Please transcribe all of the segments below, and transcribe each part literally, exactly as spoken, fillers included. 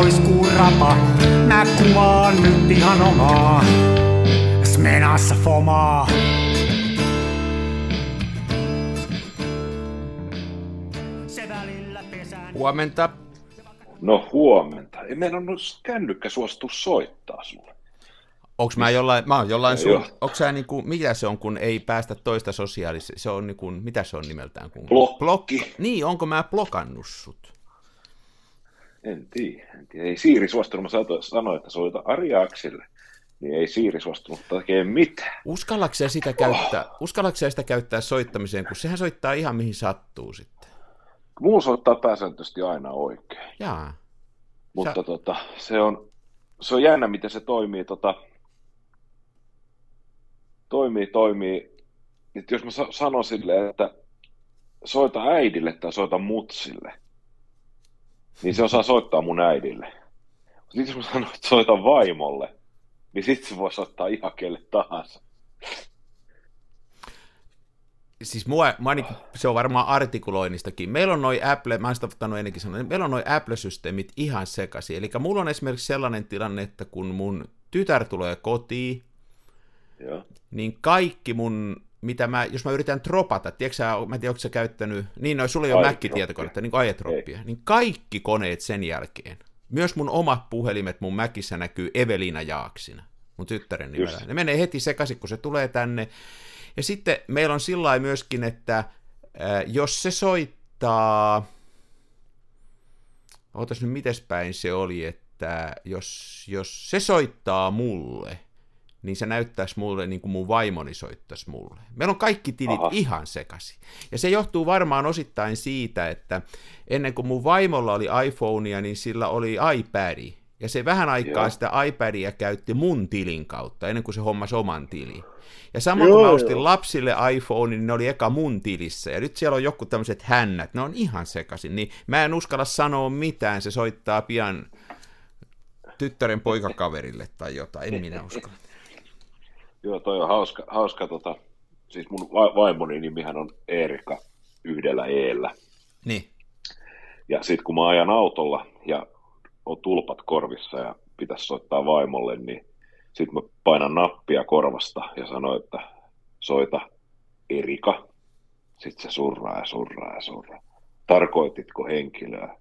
roiskuu rapa. Mä kuvaan nyt ihan omaa Smenassa fomaa. Huomenta. No huomenta. Ei meidän on kännykkä suostu soittaa sulle. Onks mä jollain, mä oon jollain sun, onks sä niinku, mitä se on, kun ei päästä toista sosiaalisesti, se on niinku, mitä se on nimeltään? Kun... Blokki. Blokki. Niin, onko mä blokannut sut? En tiedä, en tiedä. Ei Siiri suostunut, mä sanoin, että soita Ari Aksille, niin ei Siiri suostunut tekemään mitään. Uskallaksä sä sitä käyttää, oh. uskallaksä sä sitä käyttää soittamiseen, kun sehän soittaa ihan mihin sattuu sitten. Mulla soittaa pääsääntöisesti aina oikein. Jaa. Mutta Sä... tota, se on, se on jännä, miten se toimii, tota, toimii, toimii. Nyt jos mä sanon silleen, että soita äidille tai soita mutsille, niin se osaa soittaa mun äidille. Sitten jos mä sanon, että soita vaimolle, niin sitten se voi soittaa ihan kelle tahansa. Siis mua, mua niin, se on varmaan artikuloinnistakin. Meillä on noi Apple, mä oon sitä ottanut ennenkin sanoa, meillä on noi Apple-systeemit ihan sekaisin. Eli mulla on esimerkiksi sellainen tilanne, että kun mun tytär tulee kotiin, ja. niin kaikki mun, mitä mä, jos mä yritän dropata, tiedätkö sä, mä en tiedä, onko sä käyttänyt, niin no, sulla ei ole Mac-tietokonetta, niin kuin airdroppia, niin kaikki koneet sen jälkeen, myös mun omat puhelimet mun Macissä näkyy Evelina Jaaksina, mun tyttären nimellä. Just. Ne menee heti sekaisin, kun se tulee tänne. Ja sitten meillä on sillä lailla myöskin, että äh, jos se soittaa, ootas nyt mites päin se oli, että jos, jos se soittaa mulle, niin se näyttäisi mulle niin kuin mun vaimoni soittaisi mulle. Meillä on kaikki tilit Aha. ihan sekaisin. Ja se johtuu varmaan osittain siitä, että ennen kuin mun vaimolla oli iPhonea, niin sillä oli iPad. Ja se vähän aikaa Joo. sitä iPadia käytti mun tilin kautta, ennen kuin se hommasi oman tilin. Ja samoin kun mä ostin jo. lapsille iPhone, niin ne oli eka mun tilissä. Ja nyt siellä on joku tämmöiset hännät, ne on ihan sekaisin. Niin mä en uskalla sanoa mitään, se soittaa pian tyttären poikakaverille tai jotain, en minä uskalla. Joo, toi on hauska, hauska tota, siis mun va- vaimoni nimihän on Eerika yhdellä eellä. Niin. Ja sit kun mä ajan autolla ja on tulpat korvissa ja pitäisi soittaa vaimolle, niin sit mä painan nappia korvasta ja sanon, että soita Erika. Sit se surraa ja surraa ja surraa. Tarkoititko henkilöä?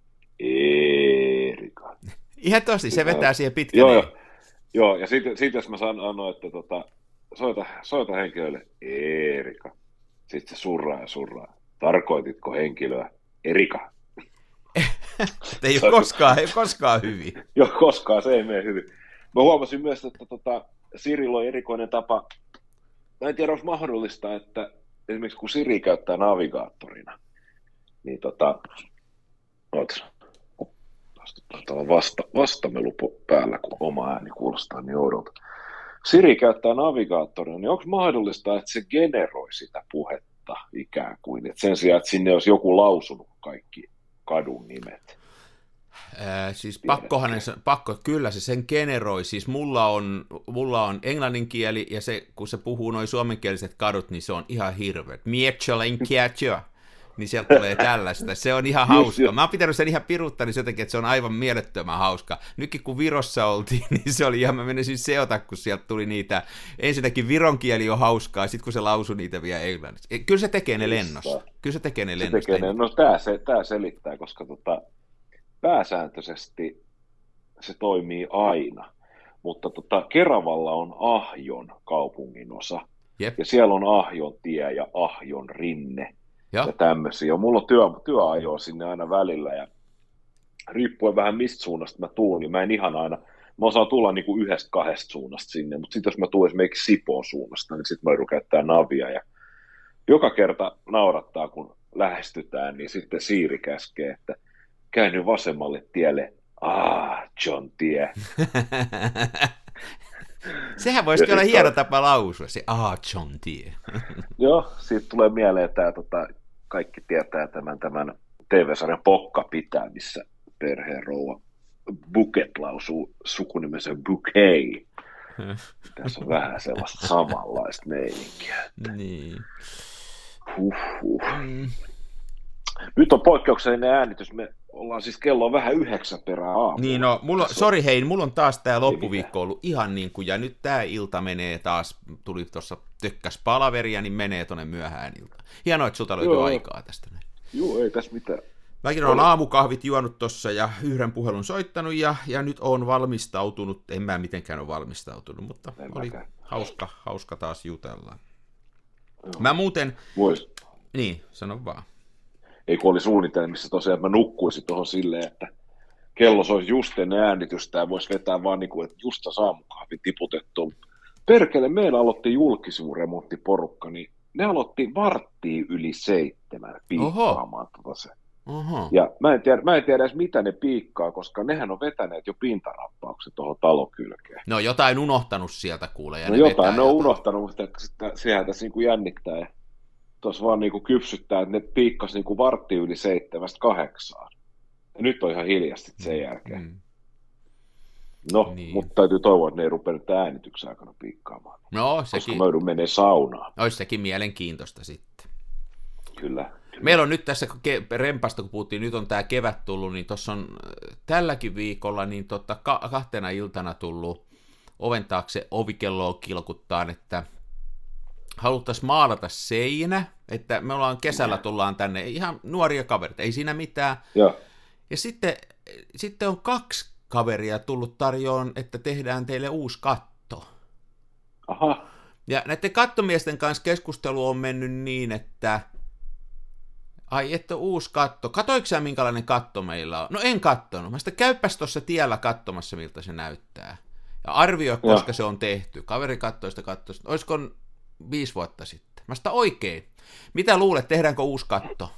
Erika. Ihan tosi, se vetää siihen pitkään. Joo, joo, joo, ja sitten sit jos mä sanon, että tota, soita, soita henkilölle Erika. Sitten se surraa ja surraa. Tarkoititko henkilöä? Erika. ei, ole koskaan, ei ole koskaan hyvin. Joo, koskaan se ei mene hyvin. Mä huomasin myös, että tota, Sirillä on erikoinen tapa. Mä en tiedä, onko mahdollista, että esimerkiksi kun Siri käyttää navigaattorina, niin tota, ootas, on vasta, vastamelu päällä, kun oma ääni kuulostaa niin oudolta. Siri käyttää navigaattorina, niin onko mahdollista, että se generoi sitä puhetta ikään kuin, että sen sijaan, että sinne olisi joku lausunut kaikki kadun nimet? Äh, siis pakkohan, pakko, kyllä se sen generoi, siis mulla on, mulla on englanninkieli, ja se, kun se puhuu noin suomenkieliset kadut, niin se on ihan hirveä. Mietchalenkiatjo, niin sieltä tulee tällaista, se on ihan hauska. Just, mä oon pitänyt sen ihan piruttaa, niin jotenkin, että se on aivan mielettömän hauska. Nytkin kun Virossa oltiin, niin se oli ihan, mä menisin seota, kun sieltä tuli niitä, ensinnäkin viron kieli on hauskaa, sit kun se lausui niitä vielä englanniksi. Kyllä se tekee ne lennosta. Kyllä se tekee ne lennosta. Tekee ne, no tää, se, tää selittää, koska tota, pääsääntöisesti se toimii aina, mutta tota, Keravalla on Ahjon kaupunginosa, Jep. ja siellä on Ahjon tie ja Ahjon rinne ja, ja tämmöisiä. Mulla on työ, työajoa sinne aina välillä, ja riippuen vähän mistä suunnasta mä tuun, niin mä en ihan aina, mä osaan tulla niinku yhdestä kahdesta suunnasta sinne, mutta sitten jos mä tuun esimerkiksi Sipoon suunnasta, niin sitten mä joudun käyttää navia, ja joka kerta naurattaa, kun lähestytään, niin sitten Siiri käskee, että käänny vasemmalle tielle. Ah, John tie. Sehän voisi olla hieno tapa lausua, se ah, John tie. Joo, siitä tulee mieleen tämä, tota, kaikki tietää tämän, tämän T V-sarjan Pokka pitää, missä perheen rouva Buket lausuu sukunimensä Bouquet. Tässä on vähän sellaista samanlaista meininkiä. Niin. Huhhuh. Mm. Nyt on poikkeuksellinen äänitys. Me ollaan siis kello on vähän yhdeksän perää aamulla. Niin no, mulla, sori hei, mulla on taas tää loppuviikko ollut ihan niin kuin, ja nyt tää ilta menee taas, tuli tuossa tökkäs palaveria, niin menee tonne myöhään iltaan. Hienoa, että sulta löytyy aikaa tästä näin. Joo, ei tässä mitään. Mäkin olen aamukahvit juonut tossa ja yhden puhelun soittanut ja, ja nyt on valmistautunut, en mä mitenkään ole valmistautunut, mutta en oli hauska, hauska taas jutella. Joo. Mä muuten, Vois. Niin, sano vaan. Ei kun oli suunnitelmissa tosiaan, että mä nukkuisin tuohon silleen, että kello soisi just ennen äänitystä ja voisi vetää vaan niin kuin, että just aamukahvin tiputettu. Perkele, meillä aloitti julkisivuremonttiporukka, niin ne aloitti varttiin yli seitsemän piikkaamaan tota se. Oho. Ja mä en, tiedä, mä en tiedä edes mitä ne piikkaa, koska nehän on vetäneet jo pintarappaukset tuohon talokylkeen. No jotain unohtanut sieltä kuulee. Ja no ne jotain ne on jotain. unohtanut, mutta sehän tässä niin kuin jännittää. Ja tuossa vaan niin kuin kypsyttää, että ne piikkasi niin kuin varttiin yli seitsemästä kahdeksaan. Ja nyt on ihan hiljasti sen jälkeen. Mm. No, niin. Mutta täytyy toivoa, että ne ei rupea nyt äänityksen aikana piikkaamaan. No, koska sekin. mä joudun menee saunaan. Olisi sekin mielenkiintoista sitten. Kyllä. Meillä on nyt tässä rempasta, kun puhuttiin, nyt on tämä kevät tullut, niin tuossa on tälläkin viikolla niin totta, kahtena iltana tullut oven taakse ovikelloa kilkuttaan, että haluttaisiin maalata seinä, että me ollaan kesällä tullaan tänne, ihan nuoria kavereita, ei siinä mitään. Ja, ja sitten, sitten on kaksi kaveria tullut tarjoon, että tehdään teille uusi katto. Aha. Ja näiden kattomiesten kanssa keskustelu on mennyt niin, että ai, että uusi katto. Katoiko sä, minkälainen katto meillä on? No en kattonut. Mä sitä käypäs tuossa tiellä katsomassa, miltä se näyttää. Ja arvioi, koska ja. se on tehty. Kaveri katsoi sitä kattoista. Olisiko viisi vuotta sitten? Mä sitä oikein. Mitä luulet, tehdäänkö uusi katto?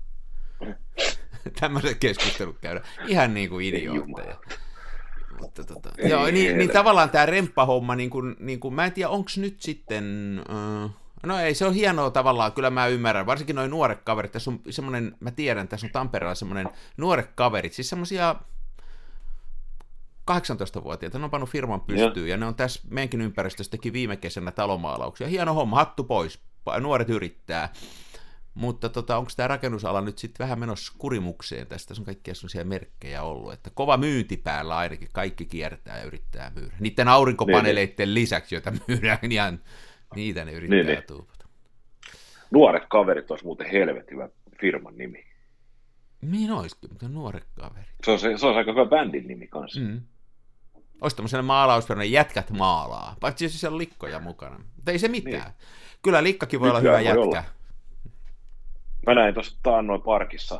Tämmöiset keskustelut käydään. Ihan niin kuin idiootteja. Mutta tota, joo, niin, niin tavallaan tämä remppahomma, niin kuin, niin kuin, mä en tiedä, onko nyt sitten... Uh, No ei, se on hienoa tavallaan, kyllä mä ymmärrän, varsinkin noin nuoret kaverit, tässä on semmoinen, mä tiedän, tässä on Tampereella semmoinen nuoret kaverit, siis semmoisia kahdeksantoistavuotiaita, ne on pannut firman pystyyn, ja, ja ne on tässä meidänkin ympäristössä teki viime kesänä talomaalauksia, hieno homma, hattu pois, nuoret yrittää, mutta tota, onko tämä rakennusala nyt sitten vähän menossa kurimukseen, tästä tässä on kaikkia semmoisia merkkejä ollut, että kova myynti päällä ainakin, kaikki kiertää ja yrittää myydä, niiden aurinkopaneeleiden lisäksi, joita myydään ihan... Niitä ne yrittää niin, niin. tuupata. Nuoret kaverit olisi muuten helvetin hyvä firman nimi. Niin olisikin, mutta nuoret kaverit. Se on, se, se on aika hyvä bändin nimi kanssa. Mm. Olisi tämmöisen maalausperinen jätkät maalaa, paitsi jos siellä on likkoja mukana. Mutta ei se mitään. Niin. Kyllä likkakin voi Nykyään olla hyvä jätkä. Olla. Mä näin tuossa taannoin parkissa,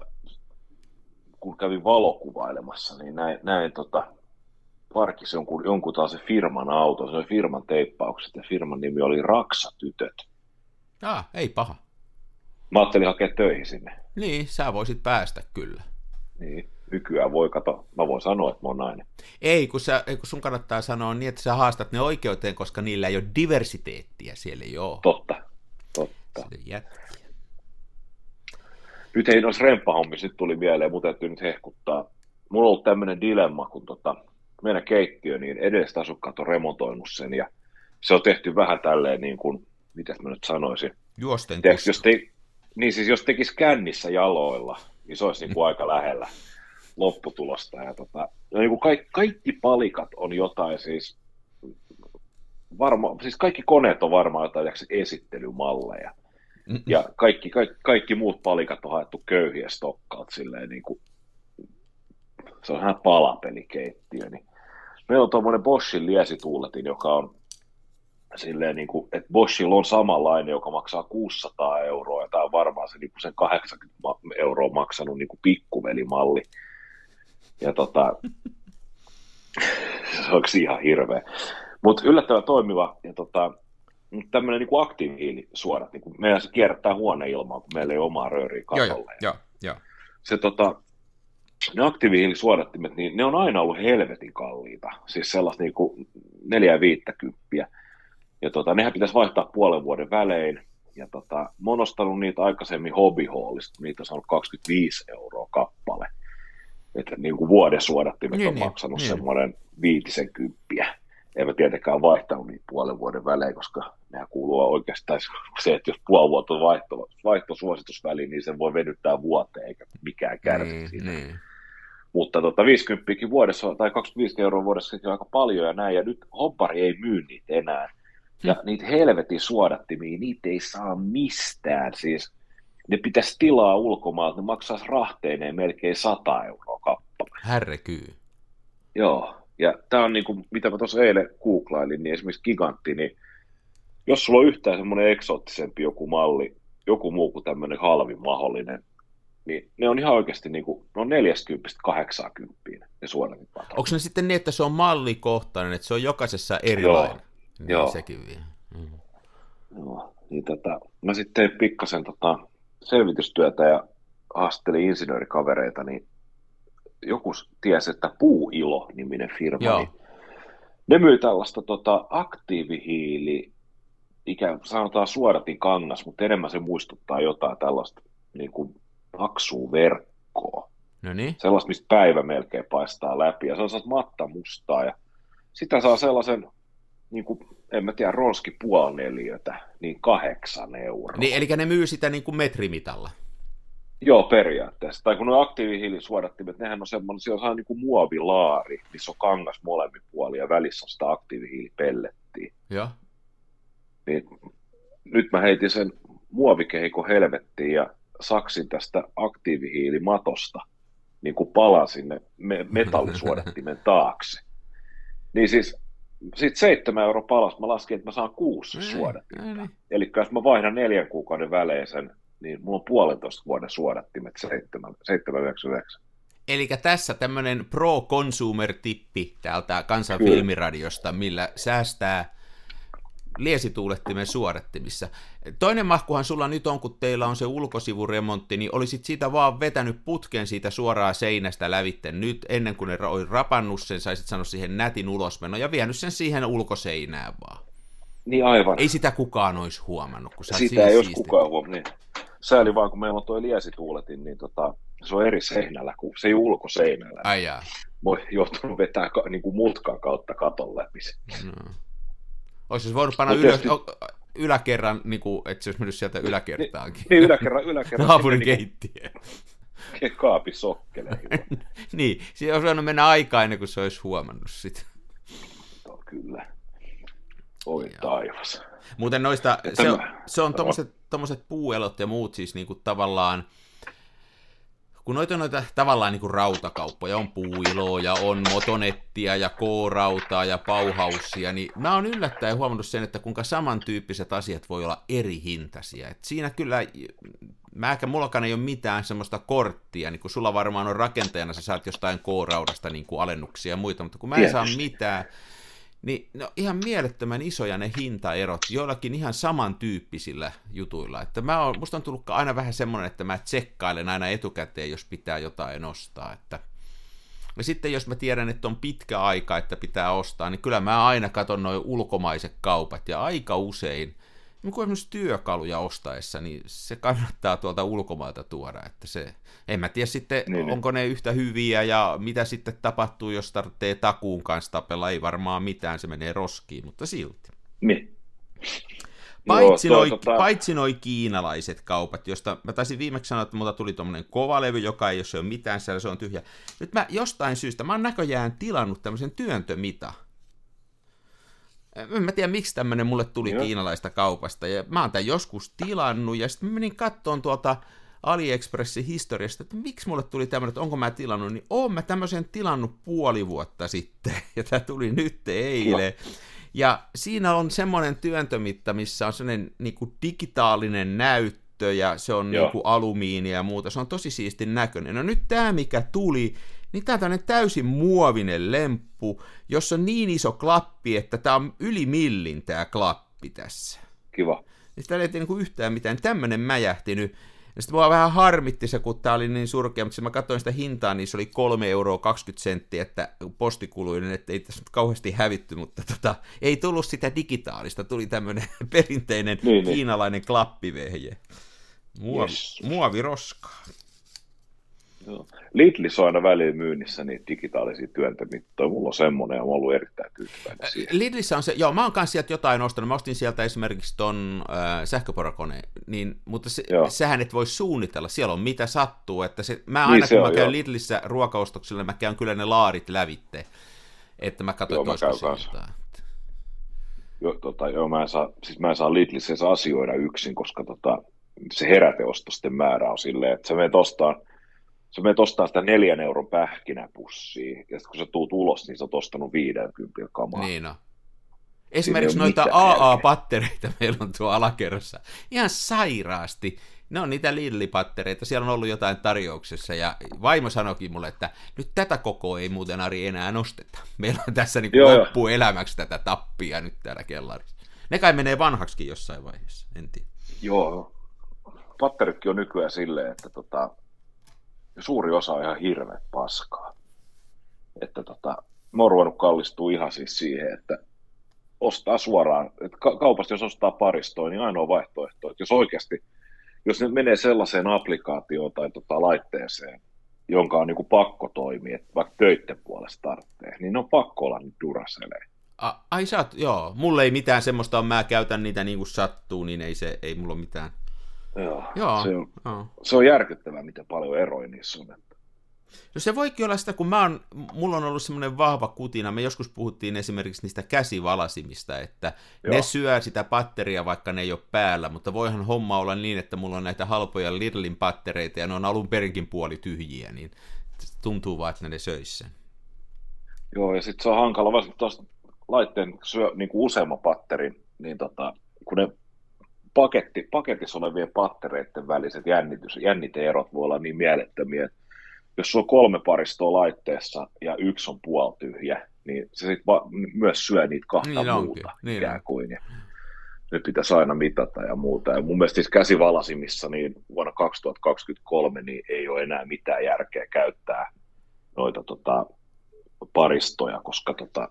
kun kävin valokuvailemassa, niin näin, näin tota... parkissa jonkun, jonkun taas se firman auto, se oli firman teippaukset ja firman nimi oli Raksa-tytöt. Ah, ei paha. Mä ajattelin hakea töihin sinne. Niin, sä voisit päästä kyllä. Niin, nykyään voi kato, mä voin sanoa, että mä oon nainen. Ei, kun, sä, kun sun kannattaa sanoa niin, että sä haastat ne oikeuteen, koska niillä ei ole diversiteettiä, siellä ei ole. Totta, totta. Nyt ei noissa remppahommissa, nyt tuli mieleen, mun täytyy nyt hehkuttaa. Mulla on ollut tämmöinen dilemma, kun tota, meidän keittiö, niin edelliset asukkaat on remontoinut sen, ja se on tehty vähän tälleen, niin kuin, mitäs mä nyt sanoisin. Juosten Teekö, jos te, niin siis jos tekisi kännissä jaloilla, niin se olisi niin kuin aika lähellä lopputulosta. Ja tota, ja niin kuin kaikki, kaikki palikat on jotain, siis, varma, siis kaikki koneet on varmaan jotain esittelymalleja. Mm-mm. Ja kaikki, kaikki, kaikki muut palikat on haettu köyhiä stokkaat silleen niin kuin, se on ihan palapelikeittiö. Niin. Meillä on tuommoinen Boschin liesituuletin, joka on silleen niin kuin, että Boschilla on samanlainen, joka maksaa kuusisataa euroa, ja tämä on varmaan se, niin kuin sen kahdeksankymmentä euroa maksanut niin kuin pikkuvelimalli. Ja tota, se onko ihan hirveä. Mutta yllättävän toimiva, ja tota, tämmöinen niin kuin aktiivihiilisuodat, niin kuin meillä se kierrättää huoneilmaa, kun meillä ei ole omaa rööriä katolle. Joo, joo, se tota, ne aktiivihiilisuodattimet, niin ne on aina ollut helvetin kalliita, siis sellaista niin kuin neljä viittäkymppiä. Ja tota, nehän pitäisi vaihtaa puolen vuoden välein. Ja tota, mä oon ostanut niitä aikaisemmin hobbyhallista, niitä on saanut kaksikymmentäviisi euroa kappale. Että niin kuin vuoden suodattimet niin, on niin, maksanut niin. semmoinen viitisen kymppiä. En mä tietenkään vaihtanut niitä puolen vuoden välein, koska nehän kuuluu oikeastaan se, että jos puoli vuotta on vaihto, vaihtosuositusväli, niin sen voi venyttää vuoteen, eikä mikään kärsi niin, siitä. Niin. Mutta tota, viisikymmentäkin vuodessa, tai kaksikymmentäviisi euroa vuodessa on aika paljon ja näin, ja nyt hoppari ei myy niitä enää. Ja hmm. niitä helvetin suodattimia, niitä ei saa mistään, siis ne pitäisi tilaa ulkomaalta, ne maksaisi rahteineen melkein sata euroa kappale. Härrekyy. Joo, ja tämä on niin kuin, mitä mä tuossa eilen googlailin, niin esimerkiksi Gigantti, niin jos sulla on yhtään semmoinen eksoottisempi joku malli, joku muu kuin tämmöinen halvin mahdollinen, niin ne on ihan oikeasti niin kuin, ne on neljäkymmentä kahdeksankymmentä ne suodatinpatat. Onko ne sitten niin, että se on mallikohtainen, että se on jokaisessa erilainen? Joo. Niin Joo. Sekin vie. Mm. Joo, niin tota, mä sitten tein pikkasen tota, selvitystyötä ja haastattelin insinöörikavereita, niin joku tiesi, että Puuilo-niminen firma, Joo. niin ne myy tällaista tota, aktiivihiili, ikään sanotaan suodatin kangas, mutta enemmän se muistuttaa jotain tällaista niin kuin paksua verkkoa. No niin. Sellaista, mistä päivä melkein paistaa läpi, ja se on sellaista mattamustaa, ja sitä saa sellaisen, niin kuin, en mä tiedä, ronski puoli neliötä, niin kahdeksan euroa. Niin, eli ne myy sitä niin kuin metrimitalla. Joo, periaatteessa. Tai kun ne aktiivihiilisuodattimet, nehän on semmoinen, siellä on niin kuin muovilaari, missä on kangas molemmin puolin, ja välissä on sitä aktiivihiilipellettiä. Joo. Niin, nyt mä heitin sen muovikehikon helvettiin, ja saksin tästä aktiivihiilimatosta, niin kuin palan sinne me- metallisuodattimen taakse. Niin siis, sitten seitsemän euro palas, mä laskin, että mä saan kuusi suodattinta. Eli jos mä vaihdan neljän kuukauden välein sen, niin mulla on puolentoista vuoden suodattimet seitsemän yhdeksänkymmentäyhdeksän. Eli tässä tämmöinen pro-consumer-tippi täältä Kansan Filmiradiosta, millä säästää liesituulettimen suodattimissa. Toinen mahkuhan sulla nyt on, kun teillä on se ulkosivuremontti, niin olisit siitä vaan vetänyt putken siitä suoraan seinästä lävitte nyt, ennen kuin ne oli rapannut sen, saisit sanoa siihen nätin ulosmenon ja vienyt sen siihen ulkoseinään vaan. Niin aivan. Ei sitä kukaan olisi huomannut, kun sä sitä ei olisi kukaan huomannut. Niin. Sääli vaan, kun meillä on tuo liesituuletin, niin tota, se on eri seinällä, kun se ei ulkoseinällä. Ai jaa. Voi joutunut vetää niin kuin mutkan kautta katon läpi. No. Olisi voinut panna ylös, yläkerran, niin kuin, että se olisi mennyt sieltä yläkertaankin. Niin, yläkerran. yläkerran Naapurin keittiö. Niin kaapisokkeleihin. Niin, siinä olisi voinut mennä aikaa ennen kuin se olisi huomannut sitä. No, kyllä. Oi taivas. Muuten noista, se on, se on tommoset, tommoset puuelot ja muut siis niinku tavallaan, kun noita on noita tavallaan niinku rautakauppoja, on Puuiloa ja on Motonettia ja K-rautaa ja Bauhausia, niin mä oon yllättäen huomannut sen, että kuinka samantyyppiset asiat voi olla eri hintaisia. Et siinä kyllä, mäkä mullakaan ei ole mitään semmoista korttia, niin kun sulla varmaan on rakentajana, sä saat jostain K-raudasta niin kuin alennuksia ja muita, mutta kun mä en saa mitään, niin ne on ihan mielettömän isoja ne hintaerot joillakin ihan samantyyppisillä jutuilla. Että mä oon, musta on tullut aina vähän semmoinen, että mä tsekkailen aina etukäteen, jos pitää jotain ostaa. Että... Ja sitten jos mä tiedän, että on pitkä aika, että pitää ostaa, niin kyllä mä aina katson noin ulkomaiset kaupat. Ja aika usein, niin kuin esimerkiksi työkaluja ostaessa, niin se kannattaa tuolta ulkomailta tuoda. Että se, en mä tiedä sitten, niin, onko ne yhtä hyviä ja mitä sitten tapahtuu, jos tarvitsee takuun kanssa tapella. Ei varmaan mitään, se menee roskiin, mutta silti. Niin. Paitsi, Joo, noi, tota... paitsi noi kiinalaiset kaupat, josta mä taisin viimeksi sanoa, että multa tuli tommonen kovalevy, joka ei ole mitään siellä, se on tyhjä. Nyt mä jostain syystä, mä oon näköjään tilannut tämmöisen työntömita. En mä tiedä, miksi tämmönen mulle tuli Joo. kiinalaista kaupasta, ja mä oon tämän joskus tilannut, ja sitten mä menin kattoon tuolta AliExpressin historiasta, että miksi mulle tuli tämmöinen, että onko mä tilannut, niin oon mä tämmöisen tilannut puoli vuotta sitten, ja tää tuli nyt eilen. No. Ja siinä on semmoinen työntömitta, missä on sellainen niin kuin digitaalinen näyttö, ja se on niin kuin alumiinia ja muuta, se on tosi siistin näköinen. No nyt tämä, mikä tuli, niin tämä on tämmöinen täysin muovinen lemppu, jossa on niin iso klappi, että tämä on yli millin tämä klappi tässä. Kiva. Ja sitä ei tee niin yhtään mitään, tämmöinen mäjähti nyt. Ja sitten mua vähän harmitti se, kun tämä oli niin surkea, mutta mä katsoin sitä hintaa, niin se oli kolme euroa kaksikymmentä senttiä, että postikuluinen, että ei tässä nyt kauheasti hävitty, mutta tota, ei tullut sitä digitaalista, tuli tämmöinen perinteinen niin, kiinalainen niin. klappivehje. Muovi, yes. Muoviroskaa. Joo. Lidlissä on aina väliin myynnissä niitä digitaalisia työntömittoja. Mulla on semmoinen ja mä oon ollut erittäin tyytyväinen siihen. Lidlissä on se, joo, mä oon kanssa sieltä jotain ostanut. Mä ostin sieltä esimerkiksi ton äh, sähköporakoneen, niin, mutta se, sähän et voi suunnitella. Siellä on mitä sattuu. Että se, mä aina niin kun on, mä käyn joo. Lidlissä ruokaostoksilla, mä käyn kyllä ne laarit lävitte. Että mä katsoin, että olisiko sieltä. Jo, tota, joo, mä en saa, siis mä en saa Lidlissä asioida yksin, koska tota, se heräteostosten määrä on silleen, että sä menet ostaa Sä menet ostaa sitä neljän euron pähkinäpussia, ja sitten kun sä tuut ulos, niin sä oot ostanut viidenkympin kamaa. Niin on. Esimerkiksi noita A A-pattereita meillä on tuo alakerrassa. Ihan sairaasti. Ne on niitä Lidl-pattereita. Siellä on ollut jotain tarjouksessa, ja vaimo sanoikin mulle, että nyt tätä kokoa ei muuten Ari enää nosteta. Meillä on tässä niin kuin loppuu elämäksi tätä tappia nyt täällä kellarissa. Ne kai menee vanhaksikin jossain vaiheessa, en tiedä. Joo. Patteritkin on nykyään silleen, että tota... suuri osa on ihan hirveä paskaa. Että tota, mä oon ruvennut kallistua ihan siis siihen, että ostaa suoraan, että ka- kaupasta jos ostaa paristoa, niin ainoa vaihtoehto, että jos oikeasti, jos ne menee sellaiseen applikaatioon tai tota laitteeseen, jonka on niinku pakko toimia, että vaikka töitten puolesta tarvitsee, niin ne on pakko olla nyt Duracellejä. A, ai sä oot, joo, mulla ei mitään semmoista on, mä käytän niitä niin kuin sattuu, niin ei, se, ei mulla ole mitään. Joo, Joo, se, on, joo. se on järkyttävää, miten paljon eroja niissä on. No se voikin olla sitä, kun mä oon, mulla on ollut semmoinen vahva kutina, me joskus puhuttiin esimerkiksi niistä käsivalasimista, että joo. ne syö sitä patteria, vaikka ne ei ole päällä, mutta voihan homma olla niin, että mulla on näitä halpoja Lidlin pattereita, ja ne on alun perinkin puoli tyhjiä, niin tuntuu vaan, että ne söis sen. Joo, ja sitten se on hankala, varsinkin tuosta laitteen syö niin kuin useamman patterin, niin tota, kun ne Paketti, paketissa olevien pattereiden väliset jännitys, jänniteerot voi olla niin mielettömiä, että jos sulla on kolme paristoa laitteessa ja yksi on puoltyhjä, niin se sit va- myös syö niitä kahta niin muuta niin ikään kuin. Ja ne pitäisi aina mitata ja muuta. Ja mun mielestä siis käsivalasimissa niin vuonna kaksituhattakaksikymmentäkolme niin ei ole enää mitään järkeä käyttää noita tota, paristoja, koska tota,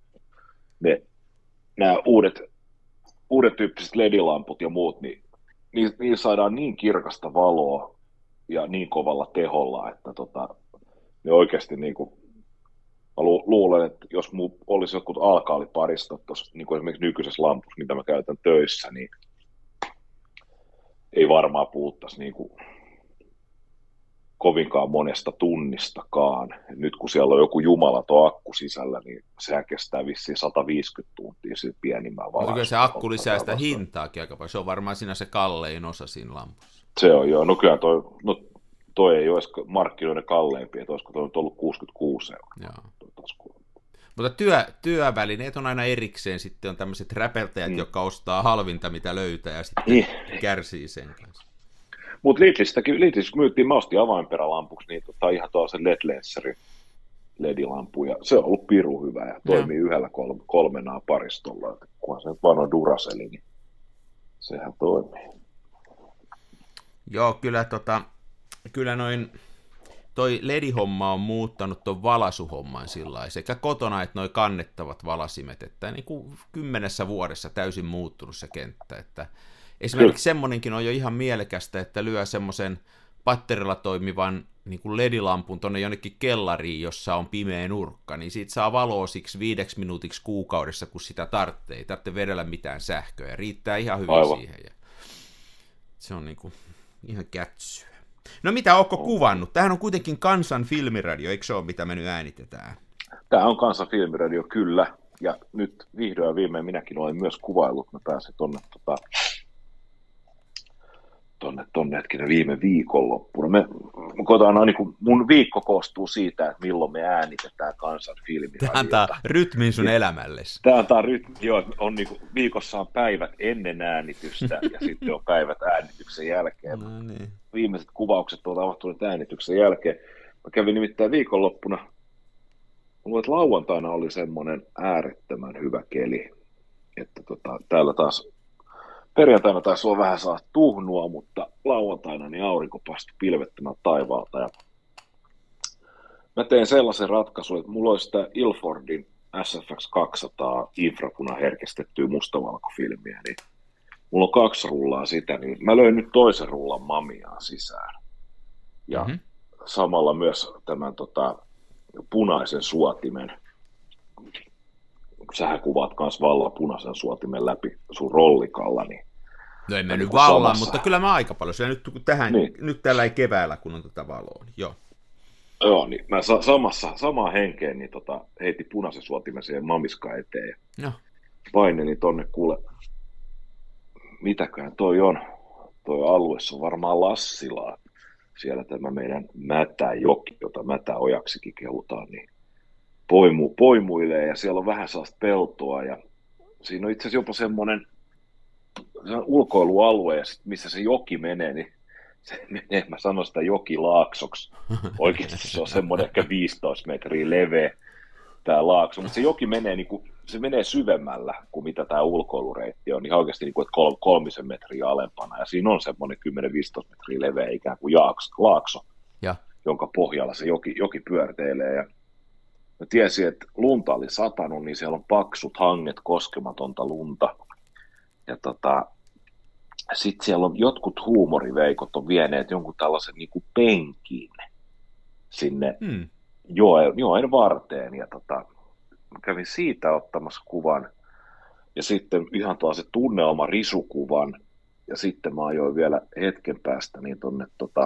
ne, nämä uudet uudet tyyppiset L E D-lamput ja muut, niin niillä saadaan niin kirkasta valoa ja niin kovalla teholla, että tota, ne oikeasti niin kuin, mä lu- luulen, että jos mulla olisi jotkut alkaaliparistot tuossa, niin kuin esimerkiksi nykyisessä lampussa, mitä mä käytän töissä, niin ei varmaan puhuttaisi niin kuin kovinkaan monesta tunnistakaan. Nyt kun siellä on joku jumalaton akku sisällä, niin sehän kestää vissiin sata viisikymmentä tuntia sillä pienimmän valaistuksella. Kyllä se akku lisää sitä hintaakin aika paljon. Se on varmaan siinä se kallein osa siinä lampussa. Se on joo. No kyllä toi, no, toi ei olisi markkinoiden kalleimpi, että olisiko toi nyt ollut kuusikymmentäkuusi euroa. Joo. Mutta työ, työvälineet on aina erikseen. Sitten on tämmöiset räpeltäjät, mm. jotka ostaa halvinta, mitä löytää, ja sitten niin. kärsii sen kanssa. Mutta Lidlistäkin, Lidlissä myyttiin, mä ostin avainperälampuksi, niin tota ihan tuollaisen L E D-lensseri L E D-lampu, ja se on ollut pirun hyvä, ja toimii no. yhdellä kolme, kolmenaa paristolla, että kunhan se nyt vaan on Duracell, niin sehän toimii. Joo, kyllä, tota, kyllä noin, toi L E D-homma on muuttanut ton valasuhomman sillä lailla, sekä kotona että noi kannettavat valasimet, että niin kuin kymmenessä vuodessa täysin muuttunut se kenttä, että esimerkiksi semmoinenkin on jo ihan mielekästä, että lyö semmoisen patterilla toimivan niin kuin L E D-lampun tuonne jonnekin kellariin, jossa on pimeä nurkka, niin siitä saa valoa siksi viideksi minuutiksi kuukaudessa, kun sitä tarvitsee. Ei tarvitse vedellä mitään sähköä, ja riittää ihan hyvin Aivan. siihen. Ja se on niin kuin ihan kätsyä. No mitä, ootko kuvannut? Tämähän on kuitenkin Kansan filmiradio, eikö se ole, mitä me nyt äänitetään? Tämä on Kansan filmiradio, kyllä. Ja nyt vihdoin ja viimein minäkin olen myös kuvaillut. Mä pääsin tuonne tota, tonne, tonne hetkinen viime viikonloppuna. Me, me koetaan, niin kuin, mun viikko koostuu siitä, että milloin me äänitetään Kansan filmiradiota. Tämä antaa rytmin sun elämällesi. Tämä antaa rytmi, joo, on niin kuin, viikossa on päivät ennen äänitystä ja sitten on päivät äänityksen jälkeen. No niin. Viimeiset kuvaukset on tapahtuneet äänityksen jälkeen. Mä kävin nimittäin viikonloppuna, luulen, että lauantaina oli semmoinen äärettömän hyvä keli, että tota, täällä taas perjantaina taisi olla vähän saa tuhnua, mutta lauantaina niin aurinko pastui pilvettömän taivaalta. Ja mä tein sellaisen ratkaisun, että mulla olisi sitä Ilfordin S F X kaksisataa infrapunaherkistettyä mustavalkofilmiä, niin mulla on kaksi rullaa sitä, niin mä löin nyt toisen rullan Mamiaan sisään. Ja mm-hmm. samalla myös tämän tota, punaisen suotimen. Sähän kuvaat myös vallan punaisen suotimen läpi sun rollikalla. Niin, no en mä nyt vallan, mutta kyllä mä aika paljon. Sillä nyt, kun tähän, niin. nyt tällä ei keväällä, kun on tätä valoa. Niin joo. Joo, niin mä sa- samassa, samaan henkeen niin tota, heitin punaisen suotimen siihen mamiskaan eteen. Ja painelin tonne, kuule, mitäköhän toi on? Toi alue on varmaan Lassilaa. Siellä tämä meidän Mätäjoki, jota Mätäojaksikin kehutaan, niin poimu, poimuilee ja siellä on vähän sellaista peltoa ja siinä on itse asiassa jopa semmoinen se on ulkoilualue ja sit, missä se joki menee, niin se menee, mä sanon sitä jokilaaksoksi. Oikeasti se on semmoinen ehkä viisitoista metriä leveä tämä laakso, mutta se joki menee, niin kuin, se menee syvemmällä kuin mitä tämä ulkoilureitti on, niin oikeasti niin kuin, että kol, kolmisen metriä alempana ja siinä on semmoinen kymmenen viisitoista metriä leveä ikään kuin jaakso, laakso, ja. jonka pohjalla se joki, joki pyörteilee ja mä tiesin, että lunta oli satanut, niin siellä on paksut hanget, koskematonta lunta. Ja tota, sitten siellä on jotkut huumoriveikot on vieneet jonkun tällaisen niin kuin penkin sinne hmm. joen, joen varteen. Ja tota, mä kävin siitä ottamassa kuvan. Ja sitten ihan se tunnelma risukuvan. Ja sitten mä ajoin vielä hetken päästä niin tonne tota,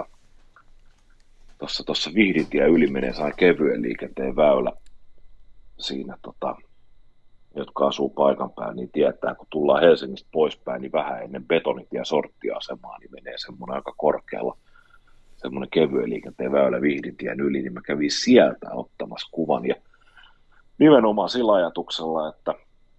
tuossa tuossa Vihdintie yli menee saa kevyen liikenteen väylä siinä, tota, jotka asuu paikan päällä, niin tietää, kun tullaan Helsingistä poispäin, niin vähän ennen betonitie sorttiasemaa, niin menee semmoinen aika korkealla semmoinen kevyen liikenteen väylä Vihdintien yli, niin mä kävin sieltä ottamassa kuvan ja nimenomaan sillä ajatuksella, että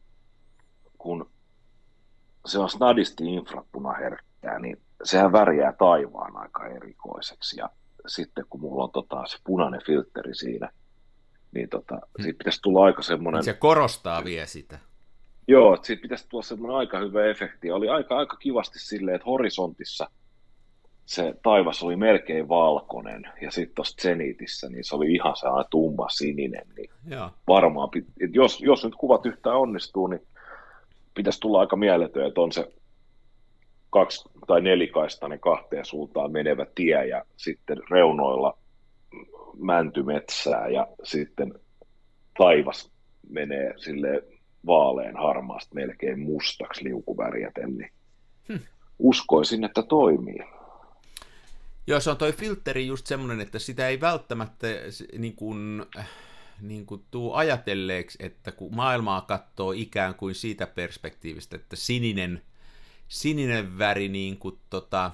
kun se on snadisti infrapunaherkkää, niin sehän värjää taivaan aika erikoiseksi ja sitten kun mulla on tota, se punainen filtteri siinä, niin tota, hmm. siitä pitäisi tulla aika semmoinen... Se korostaa vielä sitä. Joo, että siitä pitäisi tulla semmoinen aika hyvä efekti. Oli aika, aika kivasti silleen, että horisontissa se taivas oli melkein valkoinen, ja sitten tuossa Zenitissä, niin se oli ihan sellainen tumma sininen. Niin Joo. varmaan, että jos, jos nyt kuvat yhtään onnistuu, niin pitäisi tulla aika mieletön, että on se kaksi- tai nelikaistainen kahteen suuntaan menevä tie, ja sitten reunoilla mäntymetsää, ja sitten taivas menee silleen vaalean harmaasta melkein mustaksi liukuvärjäten, niin hmm. uskoisin, että toimii. Joo, se on toi filtteri just semmoinen, että sitä ei välttämättä niin kuin, niin kuin tuu ajatelleeksi, että kun maailmaa katsoo ikään kuin siitä perspektiivistä, että sininen, sininen väri niin kuin, tota,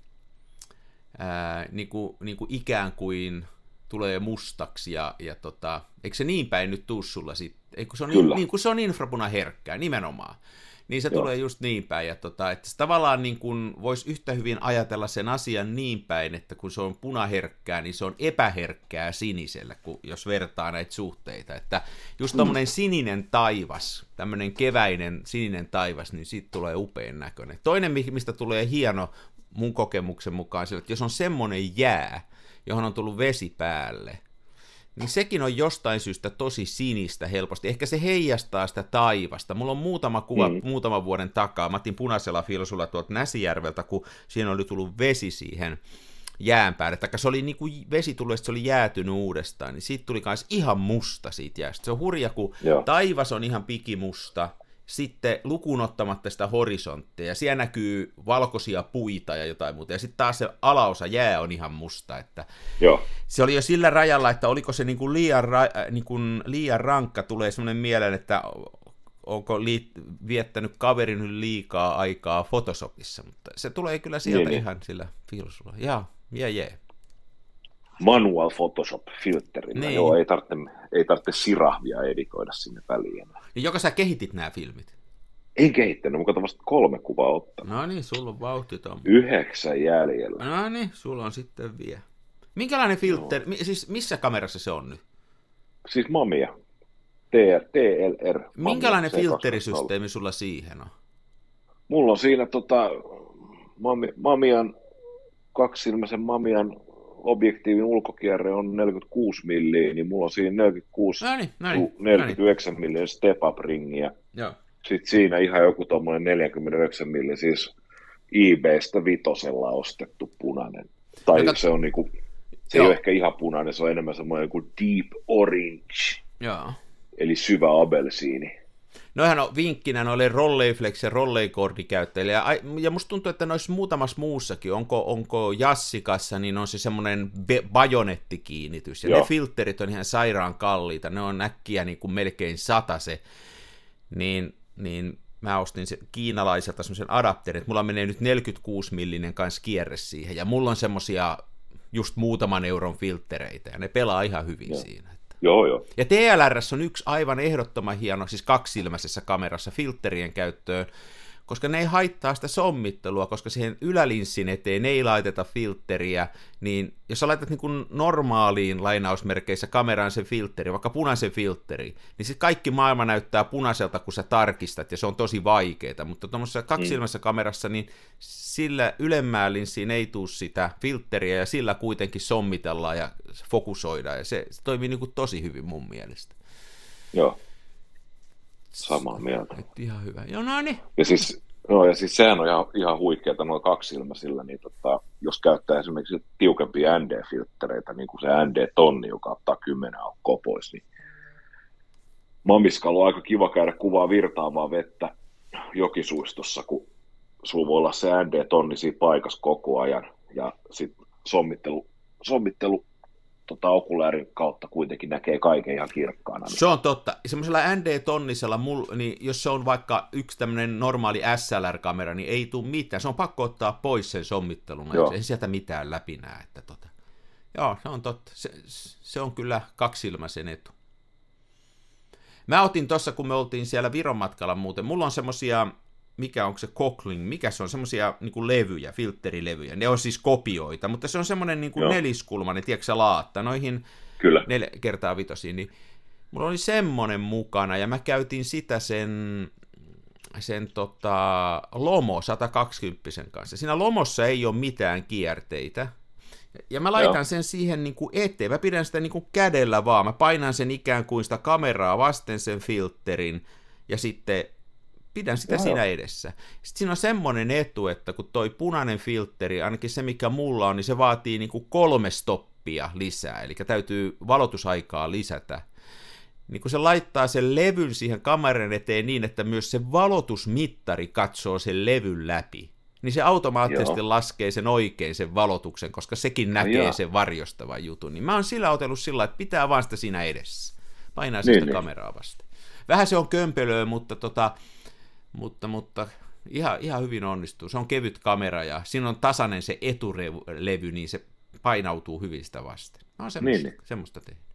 ää, niin kuin, niin kuin ikään kuin tulee mustaksi, ja, ja tota, eikö se niin päin nyt tuu sulla sitten? Eikö se on niin, niin kuin se on infrapunaherkkää, nimenomaan. Niin se Joo. tulee just niin päin, ja tota, että se tavallaan niin kuin voisi yhtä hyvin ajatella sen asian niin päin, että kun se on punaherkkää, niin se on epäherkkää sinisellä, kun, jos vertaa näitä suhteita. Että just tommoinen sininen taivas, tämmöinen keväinen sininen taivas, niin siitä tulee upean näköinen. Toinen, mistä tulee hieno mun kokemuksen mukaan, että jos on semmoinen jää, johon on tullut vesi päälle, niin sekin on jostain syystä tosi sinistä helposti. Ehkä se heijastaa sitä taivasta. Mulla on muutama kuva mm. muutaman vuoden takaa. Mä otin punaisella filsulla tuolta Näsijärveltä, kun siinä oli tullut vesi siihen jään päälle. Taikka se oli niin kuin vesi tullut, se oli jäätynyt uudestaan. Niin siitä tuli myös ihan musta siitä jäästä. Se on hurja, kun Joo. taivas on ihan pikimusta. Sitten lukuun ottamatta sitä horisonttia, ja siellä näkyy valkoisia puita ja jotain muuta, ja sitten taas se alaosa jää on ihan musta, että Joo. se oli jo sillä rajalla, että oliko se niin kuin liian, ra- niin kuin liian rankka, tulee semmoinen mieleen, että onko liit- viettänyt kaveri nyt liikaa aikaa Photoshopissa, mutta se tulee kyllä sieltä niin, ihan niin. sillä filsulla, jaa, jee jee. Manual Photoshop-filtterillä, niin. joo, ei tarvitse, ei tarvitse sirahvia editoida sinne väliin. Niin joko sä kehitit nämä filmit? En kehittänyt, mä katson vasta kolme kuvaa ottanut. No niin, sulla on vauhti tuon. Yhdeksän jäljellä. No niin, sulla on sitten vielä. Minkälainen filter, no. siis missä kamerassa se on nyt? Siis Mamiya, T L R. Minkälainen filterisysteemi sulla siihen on? Mulla on siinä tota, Mamiyan, kaksisilmäisen Mamiyan objektiivin ulkokierre on neljäkymmentäkuusi milliä, niin mulla on siinä neljäkymmentäkuusi, no niin, no niin, neljäkymmentäyhdeksän milliä step-up ringiä. Joo. Sitten siinä ihan joku tommoinen neljäkymmentäyhdeksän milliä, siis eBaystä vitosella ostettu punainen. Tai Joka... se on niinku Se Joo. ei ole ehkä ihan punainen, se on enemmän semmoinen kuin deep orange, Joo. eli syvä abelsiini. Noihän on vinkkinä noille Rolleiflex ja Rolleikordikäyttäjille, ja, ja musta tuntuu, että noissa muutamassa muussakin, onko, onko Jassikassa, niin on se semmoinen be- bajonettikiinnitys, ja Joo. ne filterit on ihan sairaan kalliita, ne on äkkiä niin kuin melkein satase, niin, niin mä ostin se kiinalaiselta semmoisen adapterin, että mulla menee nyt neljäkymmentäkuusi millinen kanssa kierre siihen, ja mulla on semmosia just muutaman euron filtereitä, ja ne pelaa ihan hyvin Joo. siinä. Että. Joo, joo. Ja T L R:ssä on yksi aivan ehdottoman hieno, siis kaksisilmäisessä kamerassa filterien käyttöön, koska ne ei haittaa sitä sommittelua, koska siihen ylälinssin eteen ei laiteta filteriä, niin jos sä laitat niin kuin normaaliin lainausmerkeissä kameraan sen filteri, vaikka punaisen filteri, niin sitten kaikki maailma näyttää punaiselta, kun sä tarkistat, ja se on tosi vaikeaa, mutta tuommoisessa kaksisilmäisessä mm. kamerassa, niin sillä ylemmään linssiin ei tule sitä filteriä, ja sillä kuitenkin sommitellaan ja fokusoidaan, ja se, se toimii niin kuin tosi hyvin mun mielestä. Joo. Samaa mieltä. Et ihan hyvä. Joo, no niin. Ja siis, no, ja siis sehän on ihan, ihan huikeeta noilla kaksisilmäisillä, niin tota, jos käyttää esimerkiksi tiukempia N D-filttereitä, niin kuin se N D-tonni, joka ottaa kymmenen aukkoa pois, niin mamiskalla on aika kiva käydä kuvaa virtaavaa vettä jokisuistossa, kun sulla voi olla se N D-tonni siinä paikassa koko ajan, ja sitten sommittelu, sommittelu Tota, okuläärin kautta kuitenkin näkee kaiken ihan kirkkaana. Se on totta. Semmoisella N D-tonnisella, niin jos se on vaikka yksi tämmöinen normaali S L R-kamera, niin ei tule mitään. Se on pakko ottaa pois sen sommittelun. Ei sieltä mitään läpi näe. Että tota. Joo, se on totta. Se, se on kyllä kaksilmäisen etu. Mä otin tuossa, kun me oltiin siellä Viron matkalla muuten, mulla on semmosia, mikä onko se Cockling, mikä se on, semmosia niinku levyjä, filterilevyjä. Ne on siis kopioita, mutta se on semmoinen niinku neliskulmainen, tiedätkö sä, laatta, noihin Kyllä. neljä kertaa vitosiin, niin mulla oli semmonen mukana, ja mä käytin sitä sen, sen tota, Lomo sata kaksikymmentä kanssa. Siinä Lomossa ei ole mitään kierteitä, ja mä laitan Joo. sen siihen niin kuin eteen, mä pidän sitä niin kuin kädellä vaan, mä painan sen ikään kuin sitä kameraa vasten sen filterin, ja sitten pidän sitä Joo, siinä jo. edessä. Sitten siinä on semmoinen etu, että kun toi punainen filteri, ainakin se mikä mulla on, niin se vaatii niin kuin kolme stoppia lisää, eli täytyy valotusaikaa lisätä. Niin kun se laittaa sen levyn siihen kameran eteen niin, että myös se valotusmittari katsoo sen levyn läpi, niin se automaattisesti Joo. laskee sen oikein sen valotuksen, koska sekin näkee no, sen varjostavan jutun. Niin mä oon sillä otellut sillä, että pitää vaan sitä siinä edessä. Painaa niin, sitä niin. kameraa vasten. Vähän se on kömpelöä, mutta, tota, mutta, mutta ihan, ihan hyvin onnistuu. Se on kevyt kamera ja siinä on tasainen se eturevy, niin se painautuu hyvin sitä vasten. Mä oon semmoista, niin, niin. semmoista tehnyt.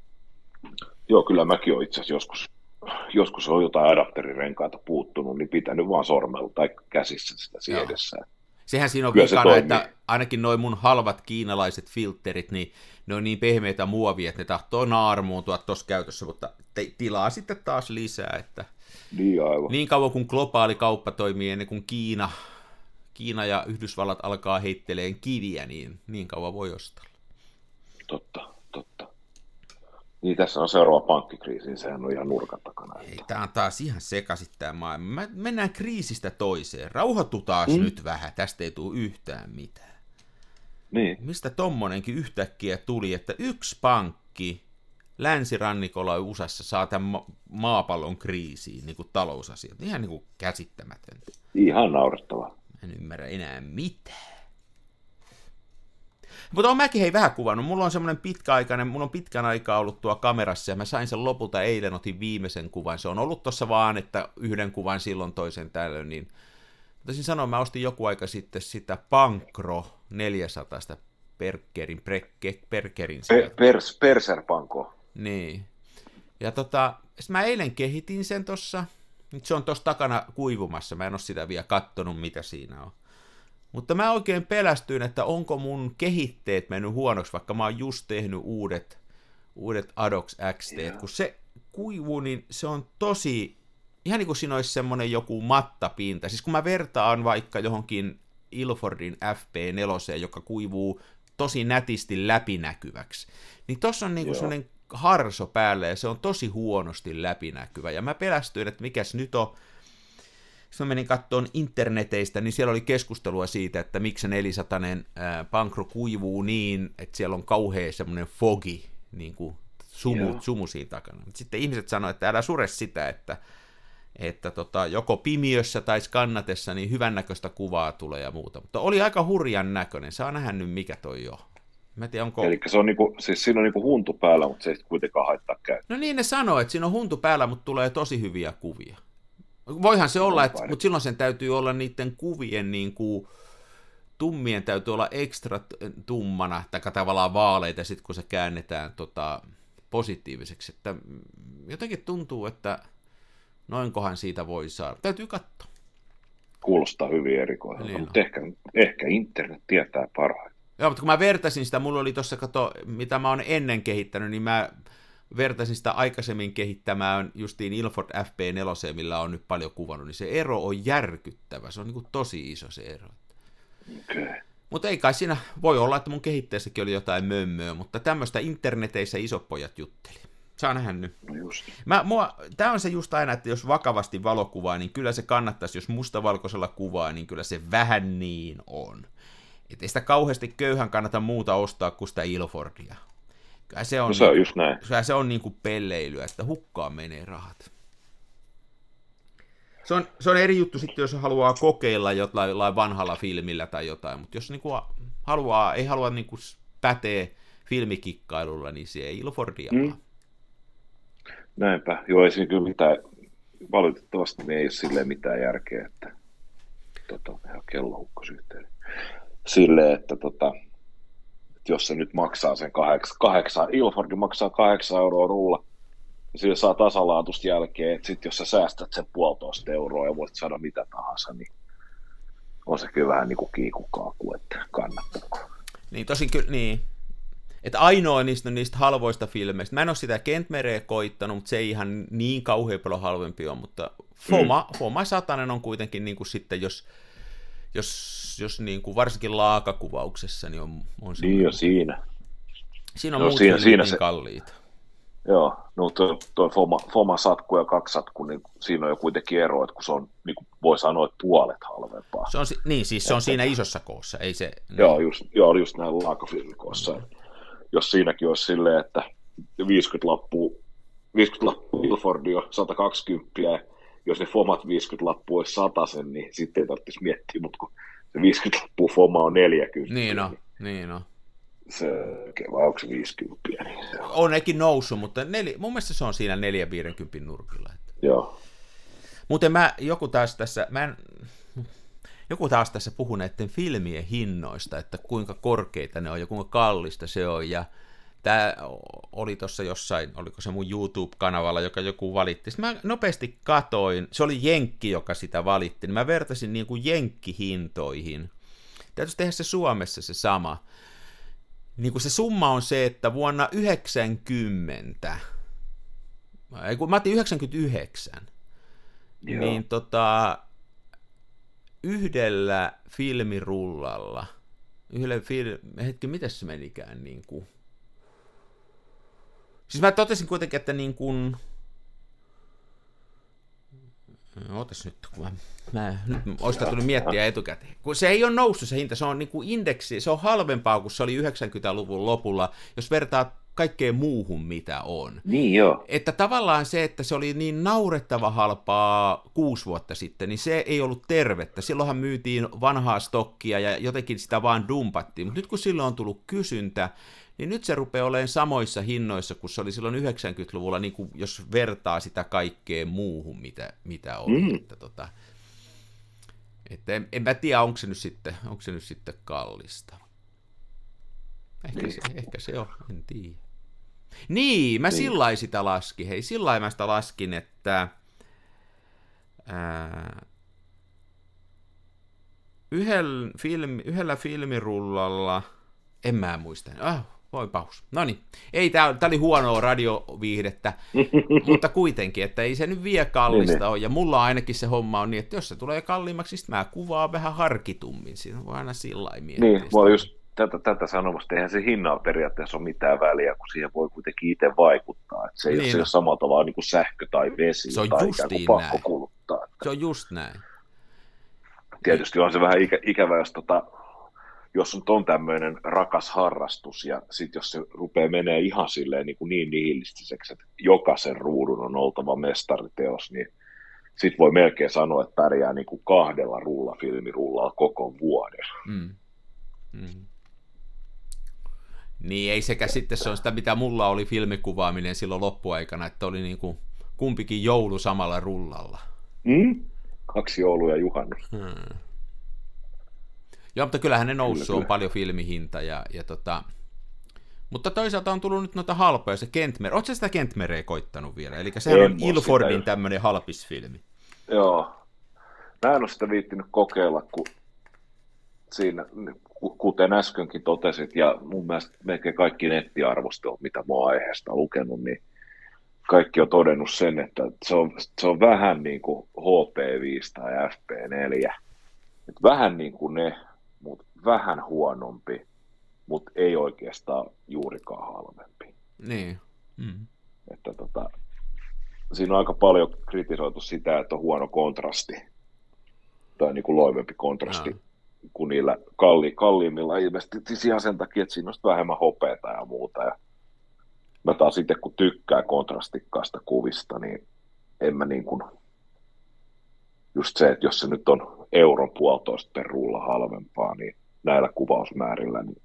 Joo, kyllä mäkin olen itse asiassa joskus, joskus on jotain adapterirenkaita puuttunut, niin pitänyt vaan sormella tai käsissä sitä siinä edessä. Sehän siinä on vikana, että ainakin noin mun halvat kiinalaiset filterit, niin ne on niin pehmeitä muovia, että ne tahtoo naarmuuntua tuossa käytössä, mutta te, tilaa sitten taas lisää, että niin, aivan. Niin kauan kun globaali kauppa toimii ennen kuin Kiina, Kiina ja Yhdysvallat alkaa heitteleen kiviä, niin niin kauan voi ostaa. Totta, totta. Niin tässä on seuraava pankkikriisi, niin sehän on ihan nurkan takana. Ei, tämä on taas ihan sekaisin tämä maailma. Mennään kriisistä toiseen. Rauhoitu taas mm. nyt vähän, tästä ei tule yhtään mitään. Niin. Mistä tommonenkin yhtäkkiä tuli, että yksi pankki länsirannikolla U S A:ssa saa tämän ma- maapallon kriisiin, niin kuin talousasiat. Ihan niin kuin käsittämätöntä. Ihan naurettavaa. En ymmärrä enää mitään. Mutta on mäkin hei vähän kuvannut. Mulla on semmoinen pitkäaikainen, mulla on pitkän aikaa ollut tuo kamerassa ja mä sain sen lopulta eilen, otin viimeisen kuvan. Se on ollut tossa vaan, että yhden kuvan silloin toisen tällöin. Niin taisin sanoa, mä ostin joku aika sitten sitä Pankro neljäsataa Perkerin, Prekke, Perkerin. Per, pers, Perserpanko. Niin. Ja tota, mä eilen kehitin sen tossa. Nyt se on tossa takana kuivumassa. Mä en ole sitä vielä kattonut, mitä siinä on. Mutta mä oikein pelästyin, että onko mun kehitteet mennyt huonoksi, vaikka mä oon just tehnyt uudet, uudet Adox X T. Yeah. Kun se kuivuu, niin se on tosi, ihan niin kuin siinä olisi semmoinen joku mattapinta. Siis kun mä vertaan vaikka johonkin Ilfordin F P neljä, joka kuivuu tosi nätisti läpinäkyväksi, niin tossa on niin kuin semmoinen harso päällä ja se on tosi huonosti läpinäkyvä. Ja mä pelästyin, että mikäs nyt on. Sitten mä menin katsomaan interneteistä, niin siellä oli keskustelua siitä, että miksi se nelisatainen pankro kuivuu niin, että siellä on kauhea semmoinen fogi, niin kuin sumu, sumu siinä takana. Sitten ihmiset sanoivat, että älä sure sitä, että, että tota, joko pimiössä tai skannatessa niin hyvännäköistä kuvaa tulee ja muuta. Mutta oli aika hurjan näköinen, saa nähdä nyt mikä toi on. Mä tiedän, onko... Eli se on niinku, siis siinä on niinku huntu päällä, mutta se ei kuitenkaan haittaa käyttää. No niin ne sanoo, että siinä on huntu päällä, mutta tulee tosi hyviä kuvia. Voihan se olla, että, mutta silloin sen täytyy olla niiden kuvien niin kuin, tummien täytyy olla ekstra tummana, tai tavallaan vaaleita, sit kun se käännetään tota, positiiviseksi. Että jotenkin tuntuu, että noinkohan siitä voi saada. Täytyy katsoa. Kuulostaa hyvin erikoiselta, niin mutta ehkä, ehkä internet tietää parhaiten. Joo, mutta kun mä vertasin sitä, mulla oli tuossa, kato, mitä mä oon ennen kehittänyt, niin mä vertaisin sitä aikaisemmin kehittämään justiin Ilford F P neljä, millä on nyt paljon kuvannut, niin se ero on järkyttävä. Se on niin kuin tosi iso se ero. Okay. Mutta ei kai siinä, voi olla, että mun kehittäessäkin oli jotain mömmöä, mutta tämmöistä interneteissä isot pojat jutteli. Saa nähdä nyt. No just. Mä, mua, tää on se just aina, että jos vakavasti valokuvaa, niin kyllä se kannattaisi, jos mustavalkoisella kuvaa, niin kyllä se vähän niin on. Että ei sitä kauheasti köyhän kannata muuta ostaa kuin sitä Ilfordia. Kyllä se on, no se on niin, just näin. Se on niin kuin pelleilyä, että hukkaan menee rahat. Se on, se on eri juttu sitten, jos haluaa kokeilla jotain, jotain vanhalla filmillä tai jotain, mutta jos niin kuin haluaa, ei halua niin kuin päteä filmikikkailulla, niin se ei Ilfordia mm. vaan. Näinpä. Joo, ei siinä kyllä mitään, valitettavasti niin ei ole silleen mitään järkeä, että tota, ihan kellohukkosyhteinen. Silleen, että tota, jos se nyt maksaa sen kahdeksan, kahdeksan Ilfordi maksaa kahdeksan euroa rulla, niin sillä saa tasalaatusta jälkeen, että sitten jos sä säästät sen puolitoista euroa ja voit saada mitä tahansa, niin on se kyllä vähän niin kuin kiikukaaku, että kannattaako. Niin tosin kyllä, niin. Että ainoa niistä, niistä halvoista filmeistä, mä en ole sitä Kentmereä koittanut, mutta se ei ihan niin kauhean paljon halvempi on, mutta Foma, mm. Foma satanen on kuitenkin niin kuin sitten, jos Jos, jos niin kuin varsinkin laakakuvauksessa, niin on, on se... Niin jo siinä. Siinä on no, muut siinä, siinä niin se, kalliita. Joo, no tuo, tuo Foma, Foma-satku ja kaksisatku, niin siinä on jo kuitenkin ero, että kun se on, niin kuin voi sanoa, että puolet halvempaa. Se on, niin, siis se on että, siinä isossa koossa, ei se... Joo, niin. just, joo just näin laakafilmikoossa. Mm. Jos siinäkin olisi silleen, että viisikymmentä lappua, viisikymmentä lappua Ilfordio, sata kaksikymmentä, jos ne Fomat viisikymmentä lappua olisi satasen, niin sitten ei tarvitsisi miettiä, mutta kun se viisikymmentä lappua Foma on neljäkymmentä. Niin no, niin no. Se, vai onko se viisikymmentä? Niin se on. on nekin noussut, mutta neli, mun mielestä se on siinä neljä viisikymmentä nurkilla. Että. Joo. Muuten mä, joku taas tässä, mä en, joku taas tässä puhui näiden filmien hinnoista, että kuinka korkeita ne on ja kuinka kallista se on, ja tämä oli tuossa jossain, oliko se mun YouTube-kanavalla, joka joku valitti. Sitten mä nopeasti katoin, se oli Jenkki, joka sitä valitti, niin mä vertasin niin kuin Jenkki-hintoihin. Täytyisi tehdä se Suomessa se sama. Niin kuin se summa on se, että vuonna yhdeksänkymmentä, ei kun mä otin yhdeksänkymmentäyhdeksän, Joo. niin tota, yhdellä filmirullalla, yhdellä film, hetki, miten se menikään niin kuin, siis mä totesin kuitenkin, että niin kuin, ootas nyt, kun mä, mä nyt olisi tullut miettiä etukäteen. Kun se ei ole noussut se hinta, se on niin kuin indeksi, se on halvempaa kuin se oli yhdeksänkymmentäluvun lopulla, jos vertaa kaikkeen muuhun, mitä on. Niin joo. Että tavallaan se, että se oli niin naurettava halpaa kuusi vuotta sitten, niin se ei ollut tervettä. Silloinhan myytiin vanhaa stokkia ja jotenkin sitä vaan dumpattiin, mutta nyt kun silloin on tullut kysyntä, niin nyt se rupeaa olemaan samoissa hinnoissa, kun se oli silloin yhdeksänkymmentäluvulla, niin kuin jos vertaa sitä kaikkeen muuhun, mitä, mitä oli. Mm. Että, tota, että en, en mä tiedä, onko se nyt sitten, onko se nyt sitten kallista. Ehkä, niin. se, ehkä se on, en tiedä. Niin, mä niin. sillä sitä laskin. Hei, sillä mä sitä laskin, että ää, yhdellä, filmi, yhdellä filmirullalla, en mä muista, ah, voi paus. No niin, ei, tää, tää oli huonoa radioviihdettä, mutta kuitenkin, että ei se nyt vie kallista niin, ole, ja mulla ainakin se homma on niin, että jos se tulee kalliimmaksi, niin mä kuvaan vähän harkitummin, siinä voi aina sillä lailla miettiä. Niin, mä olin just tätä, tätä sanomasta, eihän se hinnalla periaatteessa ole mitään väliä, kun siihen voi kuitenkin itse vaikuttaa, että se ei, niin, se ei ole samalla tavalla niin kuin sähkö tai vesi, se on tai justiin pakko näin. kuluttaa. Että Se on just näin. Tietysti on se vähän ikä, ikävä, jos, tota, jos nyt on tämmöinen rakas harrastus, ja sitten jos se rupeaa menee ihan silleen niin, niin nihilistiseksi, että jokaisen ruudun on oltava mestariteos, niin sitten voi melkein sanoa, että pärjää niin kuin kahdella rullafilmirullalla koko vuoden. Mm. Mm. Niin, ei sekä sitten se on sitä, mitä mulla oli filmikuvaaminen silloin loppuaikana, että oli niin kuin kumpikin joulu samalla rullalla. Mm? Kaksi joulua ja juhannus. Hmm. Joo, mutta kyllähän ne noussut, kyllä, on kyllä. Paljon filmihinta. Ja, ja tota... Mutta toisaalta on tullut nyt noita halpoja, se Kentmer. Oletko sitä Kentmereä koittanut vielä? Eli sehän en on Ilfordin tämmöinen halpisfilmi. Joo. Mä en ole sitä viittinyt kokeilla, kun siinä, kuten äskenkin totesit, ja mun mielestä melkein kaikki nettiarvostelut, mitä mä oon aiheesta lukenut, niin kaikki on todennut sen, että se on, se on vähän niin kuin H P viisi tai F P neljä. Et vähän niin kuin ne, mutta vähän huonompi, mutta ei oikeastaan juurikaan halvempi. Niin. Mm. Että tota, siinä on aika paljon kritisoitu sitä, että on huono kontrasti, tai niin kuin loivempi kontrasti, no. kuin niillä kalli, kalliimmilla ilmeisesti. Siis ihan sen takia, että siinä on vähemmän hopeata ja muuta. Ja mä taas itse, kun tykkää kontrastikkaasta kuvista, niin en mä niin kuin, just se, että jos se nyt on euron puolitoista per rulla halvempaa, niin näillä kuvausmäärillä, niin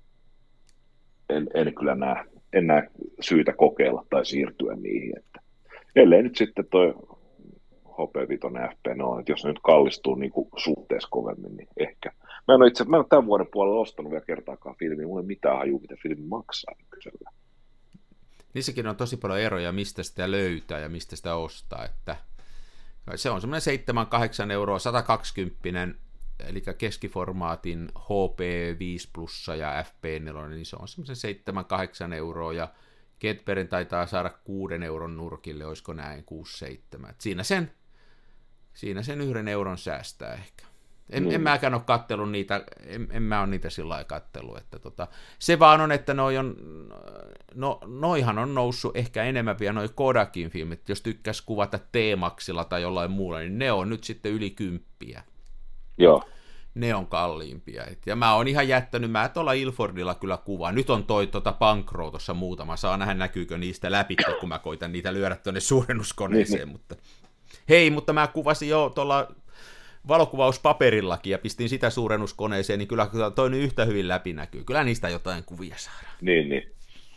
en, en kyllä näe, en näe syytä kokeilla tai siirtyä niihin, että ellei nyt sitten toi H P viisi F P no, että jos ne nyt kallistuu niin kuin suhteessa kovemmin, niin ehkä. Mä en ole itse, mä en ole tämän vuoden puolella ostanut vielä kertaakaan filmiä, mulla ei mitään hajua, mitä filmi maksaa nykyisellä. Niissäkin on tosi paljon eroja, mistä sitä löytää ja mistä sitä ostaa, että se on semmoinen seitsemän kahdeksan euroa, sata kaksikymmentä, eli keskiformaatin H P viisi plussa ja F P neljä, niin se on semmoisen seitsemän kahdeksan euroa, ja Kentmerin taitaa saada kuuden euron nurkille, olisiko näin, kuusi seitsemän. Siinä sen, siinä sen yhden euron säästää ehkä. En, mm. en mäkään ole kattellut niitä, en, en mä ole niitä sillä lailla kattellut, että tota, se vaan on, että noi on, no, noihan on noussut ehkä enemmän vielä noi Kodakin filmit, jos tykkäisi kuvata T-Maxilla tai jollain muulla, niin ne on nyt sitten yli kymppiä. Joo. Ne on kalliimpia. Ja mä oon ihan jättänyt, mä tuolla Ilfordilla kyllä kuvaan. Nyt on toi tota Pankro tuossa muutama, saa nähdä näkyykö niistä läpi, kun mä koitan niitä lyödä tuonne suurennuskoneeseen. mutta hei, mutta mä kuvasin jo tuolla valokuvauspaperillakin ja pistin sitä suurennuskoneeseen, niin kyllä toi nyt yhtä hyvin läpi näkyy. Kyllä niistä jotain kuvia saadaan. Niin, niin.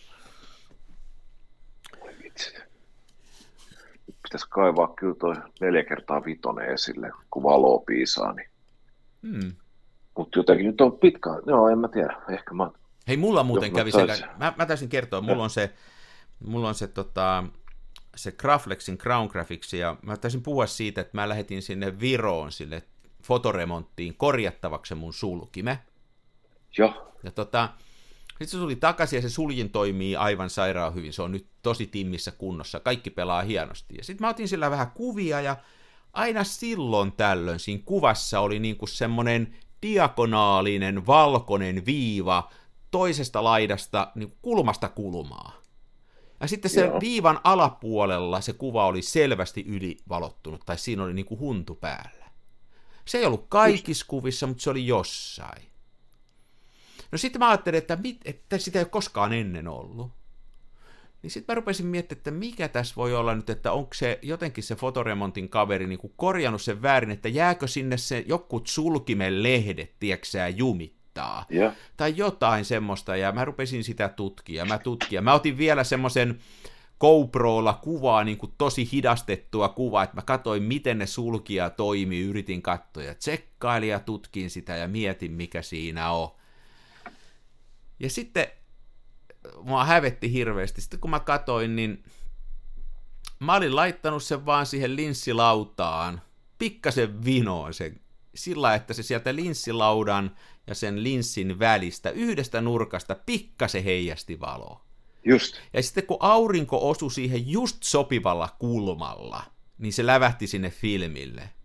Vitsi. Pitäisi kaivaa kyllä toi neljä kertaa vitonen esille, kun valoa piisaa, niin Hmm. Mutta jotenkin nyt on pitkä, joo, en mä tiedä, ehkä mä... Hei, mulla muuten kävi sen, mä, mä taisin kertoa, mulla on se, mulla on se, tota, se Graflexin Crown Graphics, ja mä taisin puhua siitä, että mä lähetin sinne Viroon sille fotoremonttiin korjattavaksi mun sulkime. Joo. Ja tota, sitten se tuli takaisin, ja se suljin toimii aivan sairaan hyvin, se on nyt tosi timmissä kunnossa, kaikki pelaa hienosti. Ja sitten mä otin sillä vähän kuvia, ja aina silloin tällöin siinä kuvassa oli niinku semmoinen diagonaalinen valkoinen viiva toisesta laidasta niinku kulmasta kulmaa. Ja sitten sen Joo. viivan alapuolella se kuva oli selvästi ylivalottunut, tai siinä oli niinku huntu päällä. Se ei ollut kaikissa kuvissa, mutta se oli jossain. No sitten mä ajattelin, että, mit, että sitä ei ole koskaan ennen ollut. Niin sitten mä rupesin miettimään, että mikä tässä voi olla nyt, että onko se jotenkin se fotoremontin kaveri niin kuin korjannut sen väärin, että jääkö sinne se jokut sulkimen lehdet, tieksää, jumittaa. Yeah. Tai jotain semmoista, ja mä rupesin sitä tutkia, mä tutkia. Mä otin vielä semmoisen GoProlla kuvaa, niin kuin tosi hidastettua kuvaa, että mä katsoin, miten ne sulkia toimii, yritin katsoa ja tsekkailin ja tutkin sitä ja mietin, mikä siinä on. Ja sitten mua hävetti hirveästi. Sitten kun mä katoin, niin mä olin laittanut sen vaan siihen linssilautaan, pikkasen vinoon sen, sillä että se sieltä linssilaudan ja sen linssin välistä yhdestä nurkasta pikkasen heijasti valoa. Just. Ja sitten kun aurinko osui siihen just sopivalla kulmalla, niin se lävähti sinne filmille.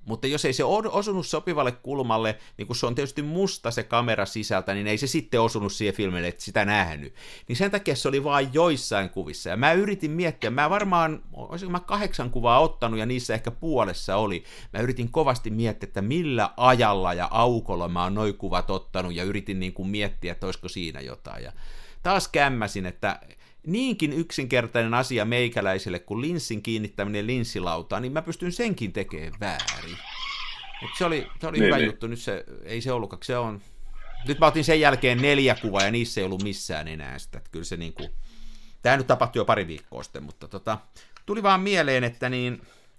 Mutta jos ei se osunut sopivalle kulmalle, niin kun se on tietysti musta se kamera sisältä, niin ei se sitten osunut siihen filmille, että sitä nähnyt. Niin sen takia se oli vain joissain kuvissa. Ja mä yritin miettiä, mä varmaan, olisinko mä kahdeksan kuvaa ottanut, ja niissä ehkä puolessa oli. Mä yritin kovasti miettiä, että millä ajalla ja aukolla mä oon noi kuvat ottanut, ja yritin niin kuin miettiä, että olisiko siinä jotain. Ja taas kämmäsin, että niinkin yksinkertainen asia meikäläiselle kuin linssin kiinnittäminen linssilautaan, niin mä pystyn senkin tekemään väärin. Et se oli, se oli niin, hyvä niin. juttu, nyt se, ei se ollutkaan, se on... Nyt mä otin sen jälkeen neljä kuvaa ja niissä ei ollut missään enää sitä, että kyllä se niinku... Tämä nyt tapahtui jo pari viikkoa sitten, mutta tota, tuli vaan mieleen, että niin...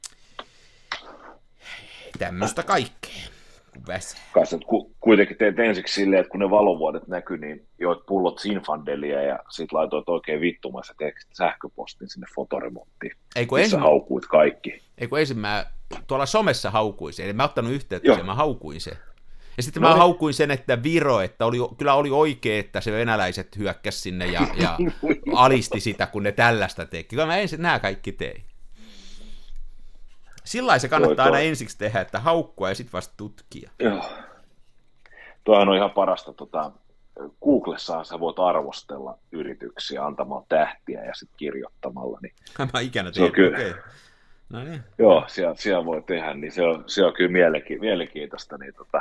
Tämmöistä kaikkea. Kanssa, ku, kuitenkin teet ensiksi silleen, että kun ne valovuodet näkyi, niin joit pullot Zinfandelia ja sit laitoit oikein vittumassa sähköpostin sinne fotoremonttiin, missä ensin... haukuit kaikki. Eikö ensin mä tuolla somessa haukuin sen, eli mä ottanut yhteyttä ja mä haukuin sen. Ja sitten no mä niin. haukuin sen, että Viro, että oli, kyllä oli oikein, että se venäläiset hyökkäsi sinne ja, ja alisti sitä, kun ne tällaista teki. Kyllä mä ensin nämä kaikki tein. Sillä se kannattaa toi, aina toi. ensiksi tehdä, että haukkua ja sitten vasta tutkia. Joo. Tuohan on ihan parasta. Tota, Googlessaan sä voit arvostella yrityksiä antamalla tähtiä ja sitten kirjoittamalla. Niin mä ikänä tein, okei. Okay. No niin. Joo, siellä, siellä voi tehdä, niin se on, se on kyllä mielenki, mielenkiintoista. Niin, tota,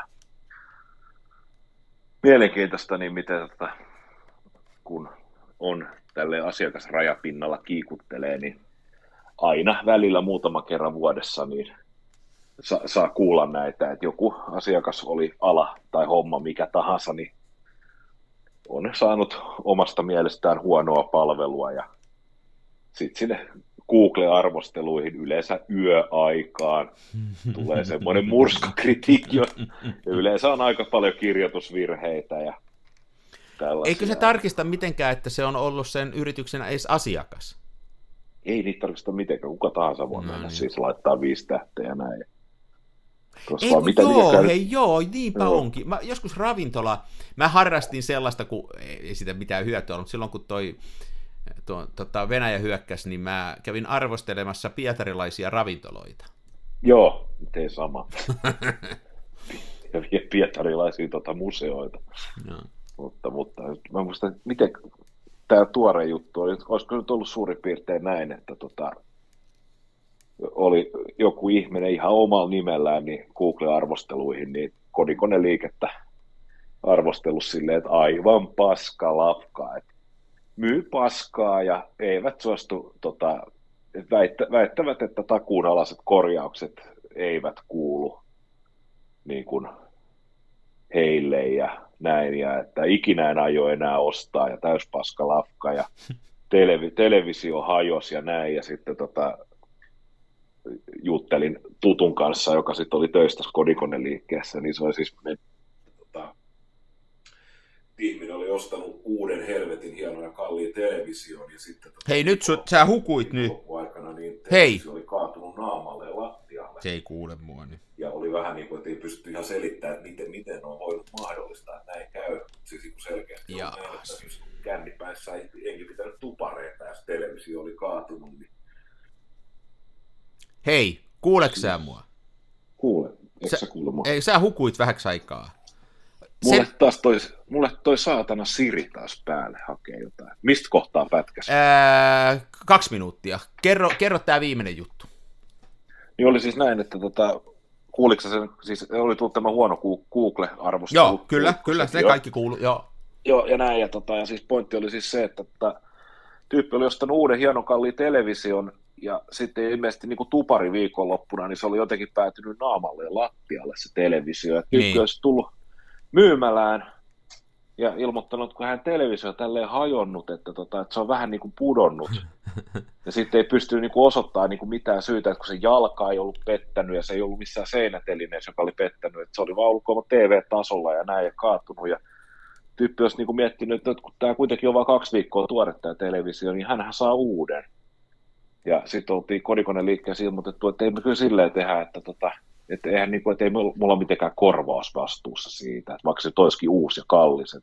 mielenkiintoista, niin miten tota, kun on tälleen asiakasrajapinnalla kiikuttelee, niin aina välillä muutama kerran vuodessa niin sa- saa kuulla näitä, että joku asiakas oli ala tai homma mikä tahansa, niin on saanut omasta mielestään huonoa palvelua ja sitten sinne Google-arvosteluihin yleensä yöaikaan tulee semmoinen murskakritiikki, ja yleensä on aika paljon kirjoitusvirheitä ja tällaisia. Eikö se tarkista mitenkään, että se on ollut sen yrityksen edes asiakas? Ei niitä tarkista mitenkään, kuka tahansa voi no, mennä niin. siis laittaa viisi tähteä ja näin. Koska ei, mitä joo, käy... hei joo, niinpä joo. onkin. Mä, joskus ravintola, mä harrastin sellaista, kun ei sitä mitään hyötyä ollut, silloin kun toi tuo, tota, Venäjä hyökkäsi, niin mä kävin arvostelemassa pietarilaisia ravintoloita. Joo, tee sama. ja pietarilaisia tota, museoita. No. Mutta, mutta mä muistan, miten tämä tuore juttu oli, olisiko nyt ollut suurin piirtein näin, että tota, oli joku ihminen ihan omalla nimellään niin Google-arvosteluihin, niin kodikoneliikettä arvostellut silleen, että aivan paska lafka, että myy paskaa ja eivät suostu, tota, väittä, väittävät, että takuunalaiset korjaukset eivät kuulu niin kuin heille ja näin, ja että ikinä en aio enää ostaa ja täyspaska lafka ja televi- televisio hajosi ja näin, ja sitten tota, juttelin tutun kanssa, joka sitten oli töistä kodikoneliikkeessä, niin se oli siis tota, ihminen oli ostanut uuden helvetin hienon ja kalliin television ja sitten tota, hei nyt sut, sä hukuit nyt. Aikana, niin hei. Oli kaatunut naamalle ja lattialle. Se ei kuule mua niin. Ja oli vähän niin kuin, että ei pysty ihan selittämään, että miten, miten on voinut mahdollistaa, että näin käy. Siis niin selkeästi on näin, että siis kännipäissä ei enkin pitänyt tupareita ja se televisio oli kaatunut. Niin... Hei, kuuleeko sä mua? Kuule, eikö sä, sä kuule mua? Ei, sä hukuit vähäksi aikaa. Mulle, Sen... taas toi, mulle toi saatana Siri taas päälle hakee jotain. Mistä kohtaa pätkässä? Ää, kaksi minuuttia. Kerro, kerro tää viimeinen juttu. Niin oli siis näin, että tota, kuuliko sen, siis oli tullut tämä huono Google-arvostelu. Joo, kyllä, kyllä, se kaikki kuuluu, joo. Joo, ja näin, ja, tota, ja siis pointti oli siis se, että tota, tyyppi oli ostanut uuden hienon kalliin television, ja sitten ilmeisesti niin kuin tupari viikonloppuna, niin se oli jotenkin päätynyt naamalle ja lattialle se televisio, ja tyyppi niin. olisi tullut myymälään, ja ilmoittanut, kun hän televisio on tälleen hajonnut, että, tota, että se on vähän niin kuin pudonnut. Ja sitten ei pystynyt niin kuin osoittamaan niin kuin mitään syytä, että kun se jalka ei ollut pettänyt, ja se ei ollut missään seinätelineessä, joka oli pettänyt, että se oli vaan ollut koko T V-tasolla ja näin ja kaatunut. Ja tyyppi olisi niin kuin miettinyt, että kun tämä kuitenkin on vain kaksi viikkoa tuore tämä televisio, niin hänhän saa uuden. Ja sitten oltiin kodikoneliikkeessä ilmoitettu, että ei me kyllä silleen tehdä, että tota, että eihän niin kuin, että ei mulla ole mitenkään korvausvastuussa siitä, että vaikka se toisikin uusi ja kallis. Että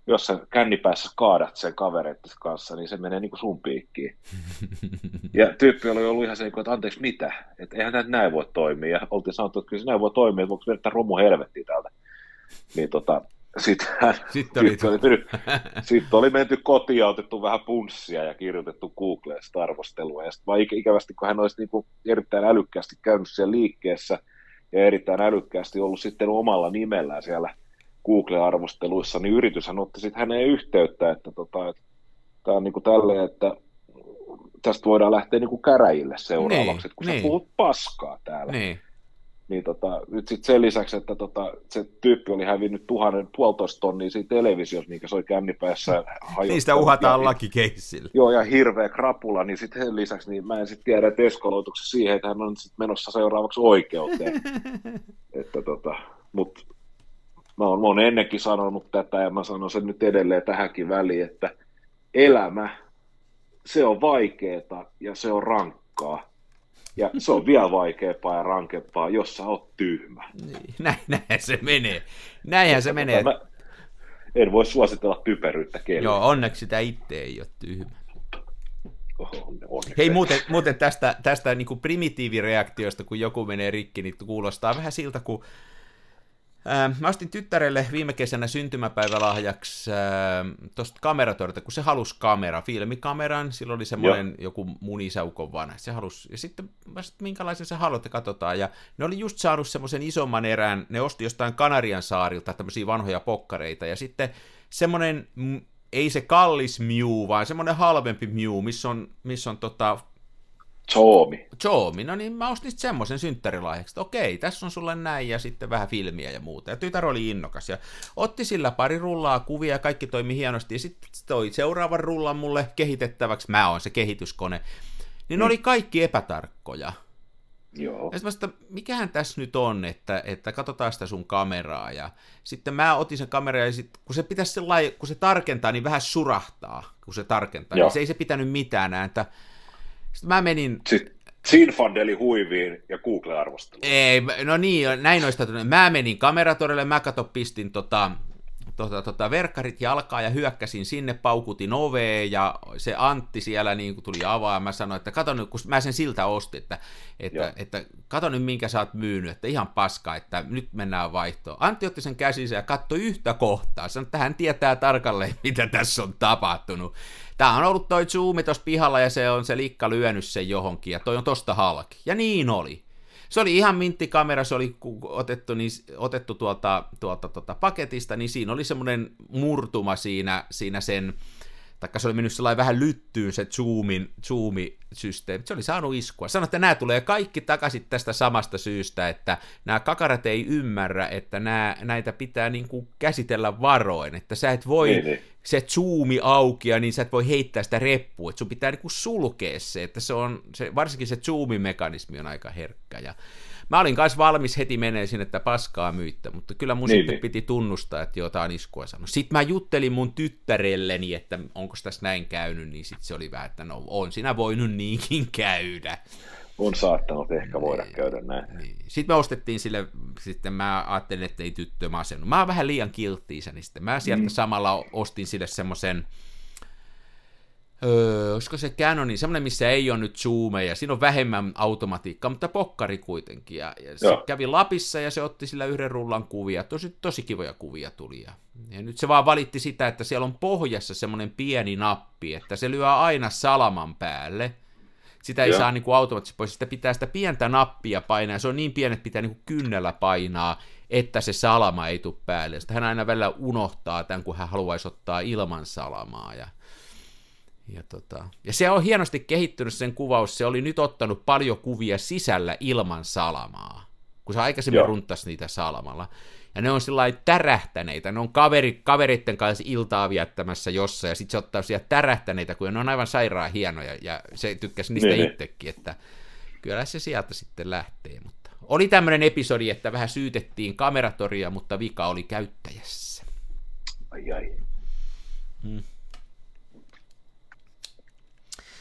jos sä kännipäässä kaadat sen kavereitten kanssa, niin se menee niin kuin sun piikkiin. Ja tyyppi oli ollut ihan se, että anteeksi mitä, että eihän tämä näin voi toimia. Ja oltiin sanottu, että kyllä se näin voi toimia, että voiko vedetään romu helvettiin täältä. Niin tota, sitten Sitten oli, oli, mennyt, sit oli menty kotiin ja otettu vähän punssia ja kirjoitettu Googleen sitä arvostelua. Ja sitten vaan ikävästi, kun hän olisi niin kuin erittäin älykkäästi käynyt siellä liikkeessä ja erittäin älykkäästi ollut sitten omalla nimellään siellä Google-arvosteluissa, niin yrityshän otti sitten häneen yhteyttä, että, tota, että tämä on niin kuin tälleen, että tästä voidaan lähteä niin kuin käräjille seuraavaksi, niin, kun niin. sä puhut paskaa täällä. Niin. Niin tota, nyt sitten sen lisäksi, että tota, se tyyppi oli hävinnyt tuhannen puolitoista tonnia siinä televisiossa, mikä soi kännipäässä. Niistä uhataan lakikeissillä. Joo, ja hirveä krapula, niin sitten sen lisäksi niin mä en sitten tiedä, että eskaloituksessa siihen, että hän on sitten menossa seuraavaksi oikeuteen. että tota, mut mä oon, mä oon ennenkin sanonut tätä, ja mä sanon sen nyt edelleen tähänkin väliin, että elämä, se on vaikeeta ja se on rankkaa. Ja se on vielä vaikeampaa ja rankempaa, jos sä oot tyhmä. Niin, näin, näinhän se menee. Näinhän se menee. Mä en voi suositella typeryyttä kellään. Joo, onneksi sitä itse ei ole tyhmä. Onneksi. Hei, muuten, muuten tästä, tästä niin kuin primitiivireaktiosta, kun joku menee rikki, niin kuulostaa vähän siltä, kun ää, mä ostin tyttärelle viime kesänä syntymäpäivälahjaksi tuosta kameratorta, kun se halusi kamera, filmikameran, silloin oli semmoinen Joo. joku mun isäukon vanha, se halusi, ja sitten mä sit, minkälaisen se haluatte, katsotaan, ja ne oli just saanut semmoisen isomman erän, ne osti jostain Kanarian saarilta tämmöisiä vanhoja pokkareita, ja sitten semmoinen, ei se kallis Mew, vaan semmoinen halvempi Mew, missä on, missä on tota, Xiaomi. Xiaomi, no niin mä ostin semmoisen synttärilahjaksi, että okei, tässä on sulle näin ja sitten vähän filmiä ja muuta. Ja tytär oli innokas ja otti sillä pari rullaa kuvia ja kaikki toimi hienosti. Ja sitten toi seuraavan rullan mulle kehitettäväksi, mä oon se kehityskone, niin ne mm. oli kaikki epätarkkoja. Joo. Ja sitten mä mikähän tässä nyt on, että, että katsotaan sitä sun kameraa. Ja sitten mä otin sen kameran ja sit, kun se pitäisi sellainen, kun se tarkentaa, niin vähän surahtaa, kun se tarkentaa. Niin se ei se pitänyt mitään ääntä. Sitten mä menin... Sitten Zinfandeli huiviin ja Google-arvosteluun. Ei, no niin, näin noista. Mä menin kameratorille, mä kato, pistin tota, tota, tota, verkkarit jalkaa ja hyökkäsin sinne, paukutin oveen ja se Antti siellä niin kun tuli avaa ja mä sanoin, että kato nyt, kun mä sen siltä ostin, että, että, että kato nyt minkä sä oot myynyt, että ihan paska, että nyt mennään vaihtoon. Antti otti sen käsinsä ja katsoi yhtä kohtaa, sanoi, että hän tietää tarkalleen, mitä tässä on tapahtunut. Tää on ollut toi zoomi tossa pihalla ja se on se likka lyönyt sen johonkin ja toi on tosta halki. Ja niin oli. Se oli ihan minttikamera, se oli otettu, niin, otettu tuolta, tuolta tuolta paketista, niin siinä oli semmoinen murtuma siinä, siinä sen, taikka se oli mennyt sellainen vähän lyttyyn se zoomin, zoomisysteemi, se oli saanut iskua. Sanoin, että nämä tulee kaikki takaisin tästä samasta syystä, että nämä kakarat ei ymmärrä, että nämä, näitä pitää niin kuin käsitellä varoin, että sä et voi, niin, niin. se zoomi auki ja niin sä et voi heittää sitä reppua, että sun pitää niin kuin sulkea se, että se on, se, varsinkin se zoomimekanismi on aika herkkä ja mä olin kanssa valmis heti menee sinne, että paskaa myyttä, mutta kyllä mun niin, sitten niin. piti tunnustaa, että jotain iskua sanoi. Sitten mä juttelin mun tyttärelleni, että onko tässä näin käynyt, niin sitten se oli vähän, että no on sinä voinut niinkin käydä. On saattanut ehkä voida niin, käydä näin. Niin. Sitten me ostettiin sille, sitten mä ajattelin, että ei tyttö masennu. Mä oon vähän liian kilttiisä, niin sitten mä sieltä mm. samalla ostin sille semmoisen, Öö, olisiko se Canonin, semmoinen, missä ei ole nyt zoomeja, siinä on vähemmän automatiikkaa, mutta pokkari kuitenkin, ja, ja se kävi Lapissa, ja se otti sillä yhden rullan kuvia, tosi, tosi kivoja kuvia tuli, ja, ja nyt se vaan valitti sitä, että siellä on pohjassa semmoinen pieni nappi, että se lyö aina salaman päälle, sitä ei Joo. saa niin kuin automaattisesti pois, sitä pitää sitä pientä nappia painaa, ja se on niin pieni, että pitää niin kuin kynnellä painaa, että se salama ei tule päälle, sitten hän aina välillä unohtaa tämän, kun hän haluaisi ottaa ilman salamaa, ja Ja, tota, ja se on hienosti kehittynyt sen kuvaus, se oli nyt ottanut paljon kuvia sisällä ilman salamaa, kun se aikaisemmin Joo. runttasi niitä salamalla. Ja ne on sellainen tärähtäneitä, ne on kaveri, kaveritten kanssa iltaa viettämässä jossain, ja sitten se ottaa siellä tärähtäneitä, kun ne on aivan sairaan hienoja, ja se tykkäsi niistä niin, itsekin, että kyllä se sieltä sitten lähtee. Mutta oli tämmöinen episodi, että vähän syytettiin kameratoria, mutta vika oli käyttäjässä. Ai ai. Hmm.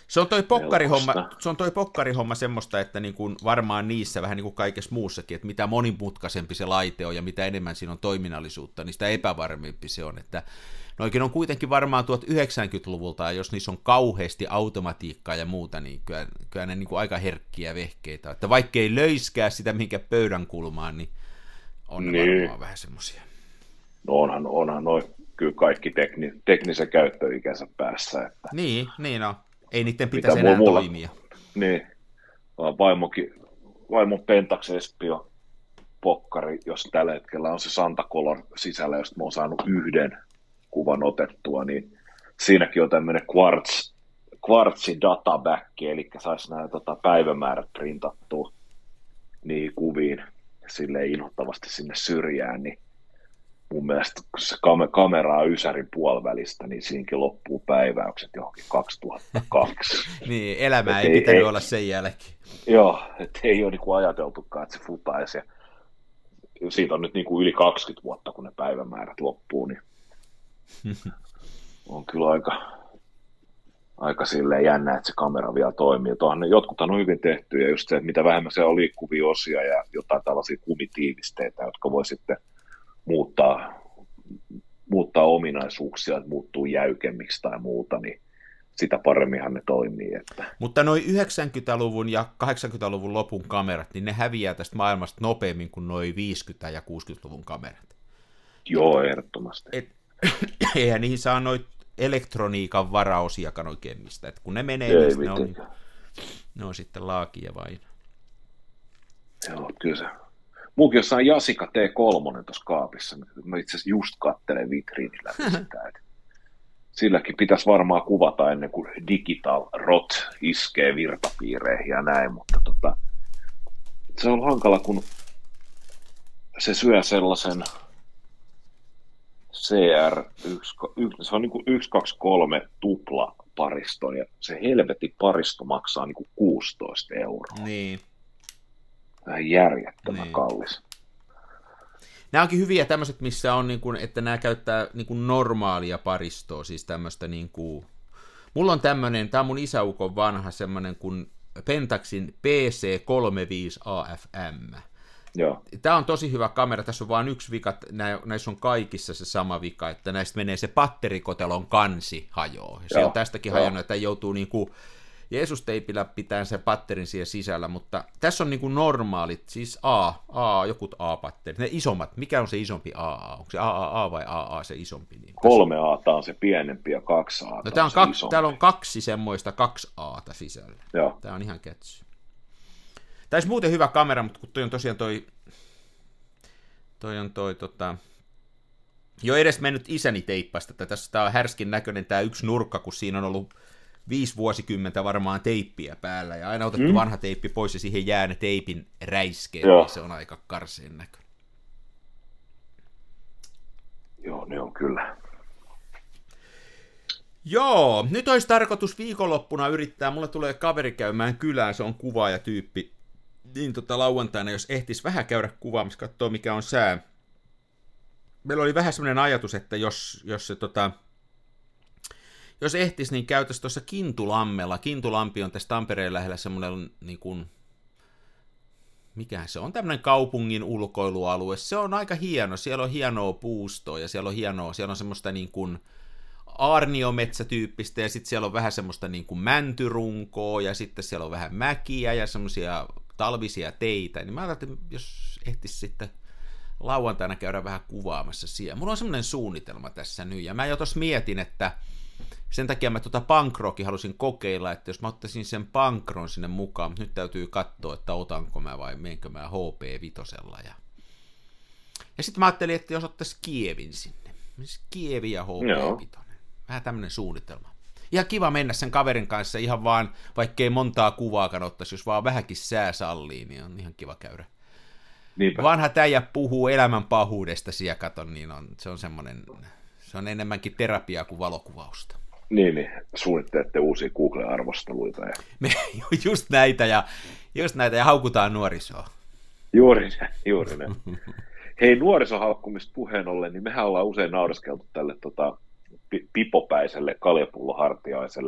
Se on toi pokkarihomma, se on toi pokkarihomma semmoista, että niin kuin varmaan niissä vähän niin kuin kaikessa muussakin, että mitä monimutkaisempi se laite on ja mitä enemmän siinä on toiminnallisuutta, niin sitä epävarmempi se on, että noikin on kuitenkin varmaan tuhatyhdeksänkymmentäluvulta, ja jos niissä on kauheasti automatiikkaa ja muuta, niin kyllä, kyllä ne niin kuin aika herkkiä vehkeitä, että vaikkei löyskää sitä minkä pöydän kulmaan, niin on ne niin varmaan vähän semmoisia. No onhan, onhan noin kyllä kaikki tekni, teknisen käyttöikänsä päässä. Että niin, niin on. Ei niiden pitäisi enää mulla toimia. Niin, vaimokin, vaimon Pentax Espio pokkari, jos tällä hetkellä on se Santa Color sisällä, josta mä oon saanut yhden kuvan otettua, niin siinäkin on tämmöinen quartz, quartzi databack, eli saisi nämä tota, päivämäärät printattua niin kuviin silleen inhottavasti sinne syrjään, niin mun mielestä kun se kamera on ysärin puolivälistä, niin siinäkin loppuu päiväykset johonkin kaksituhattakaksi. Niin, elämää ei, ei pitänyt ei, olla sen jälkeen. Joo, että ei ole niinku ajateltukaan, että se futaisi. Ja siitä on nyt niinku yli kaksikymmentä vuotta, kun ne päivämäärät loppuu, niin on kyllä aika, aika silleen jännä, että se kamera vielä toimii. Tuohan, jotkuthan on hyvin tehty, ja just se, että mitä vähemmän se on liikkuvia osia ja jotain tällaisia kumitiivisteitä, jotka voi sitten muuttaa, muuttaa ominaisuuksia, että muuttuu jäykemmiksi tai muuta, niin sitä paremminhan ne toimii. Että. Mutta noin yhdeksänkymmentäluvun ja kahdeksankymmentäluvun lopun kamerat, niin ne häviää tästä maailmasta nopeammin kuin noin viisikymmentä- ja kuusikymmentäluvun kamerat. Joo, ehdottomasti. Et, eihän niihin saa noita elektroniikan varaosiakaan oikein mistä. Et kun ne menee, ei, niin ne on, ne on sitten laakia vain. Joo, kyllä se. Muukin jossain Jasika T kolme tuossa kaapissa. Mä itse asiassa just katselen vitriinillä sitä. Että silläkin pitäisi varmaan kuvata ennen kuin digital rot iskee virtapiireihin ja näin, mutta tota, se on hankala, kun se syö sellaisen C R yksi, se on niin kuin yksi kaksi kolme tupla pariston ja se helvetin paristo maksaa niin kuin kuusitoista euroa. Niin. Vähän järjettömän niin kallis. Nämä onkin hyviä tämmöiset, missä on, niin kuin, että nämä käyttää niin kuin normaalia paristoa, siis tämmöistä niin kuin. Mulla on tämmöinen, tämä on mun isäukon vanha semmoinen kuin Pentaxin P C kolmekymmentäviisi A F M. Joo. Tämä on tosi hyvä kamera, tässä on vain yksi vika, näissä on kaikissa se sama vika, että näistä menee se patterikotelon kansi hajoaa. Se on tästäkin hajonnut, että joutuu niin kuin Jeesus-teipillä pitää sen patterin siellä sisällä, mutta tässä on niin kuin normaalit, siis A, A, jokut A-patterit, ne isommat. Mikä on se isompi A A? Onko se A A A vai A A se isompi? Niin kolme A on se pienempi ja kaksi A no, on, se kaksi, isompi. Täällä on kaksi semmoista kaksi A:ta sisällä. Joo. Tämä on ihan kätsy. Tämä olisi muuten hyvä kamera, mutta kun toi on tosiaan toi, toi on toi tota, jo edes mennyt isäni teippasta, että tässä tämä on härskin näköinen tämä yksi nurkka, kun siinä on ollut viisi vuosikymmentä varmaan teippiä päällä, ja aina otettu mm. vanha teippi pois, ja siihen jää ne teipin räiskeet, niin se on aika karseen näköinen. Joo, ne on kyllä. Joo, nyt olisi tarkoitus viikonloppuna yrittää, mulle tulee kaveri käymään kylään, se on kuvaajatyyppi, niin tota lauantaina, jos ehtis vähän käydä kuvaamassa, katsoa mikä on sää. Meillä oli vähän semmoinen ajatus, että jos, jos se tota, jos ehtis, niin käytäisiin tuossa Kintulammella. Kintulampi on tässä Tampereen lähellä semmoinen, niin kuin, mikä se on, tämmöinen kaupungin ulkoilualue. Se on aika hieno, siellä on hienoa puustoa ja siellä on hienoa, siellä on semmoista niin kuin aarniometsätyyppistä ja sitten siellä on vähän semmoista niin kuin mäntyrunkoa ja sitten siellä on vähän mäkiä ja semmoisia talvisia teitä. Niin mä ajattelin, että jos ehtisi sitten lauantaina käydä vähän kuvaamassa siellä. Mulla on semmoinen suunnitelma tässä nyt ja mä jo tuossa mietin, että sen takia mä tuota punkrockin halusin kokeilla, että jos mä ottaisin sen punkron sinne mukaan, mutta nyt täytyy katsoa, että otanko mä vai menenkö mä H P vitosella. Ja, ja sitten mä ajattelin, että jos ottaisi Kievin sinne. Kievi ja H P vitonen. Vähän tämmöinen suunnitelma. Ihan kiva mennä sen kaverin kanssa ihan vaan, vaikkei montaa kuvaakaan ottaisi, jos vaan vähänkin sää sallii, niin on ihan kiva käydä. Niinpä. Vanha täijä puhuu elämän pahuudesta siellä katon, niin on, se on semmoinen, se on enemmänkin terapiaa kuin valokuvausta. Niin, niin. Suunnittelette uusia Google-arvosteluita. Ja. Me just näitä ja, just näitä ja haukutaan nuorisoa. Juuri näin, juuri näin. Hei, nuorisohaukkumista puheen ollen, niin mehän ollaan usein naureskeltu tälle tota, pipopäiselle kaljapullohartiaiselle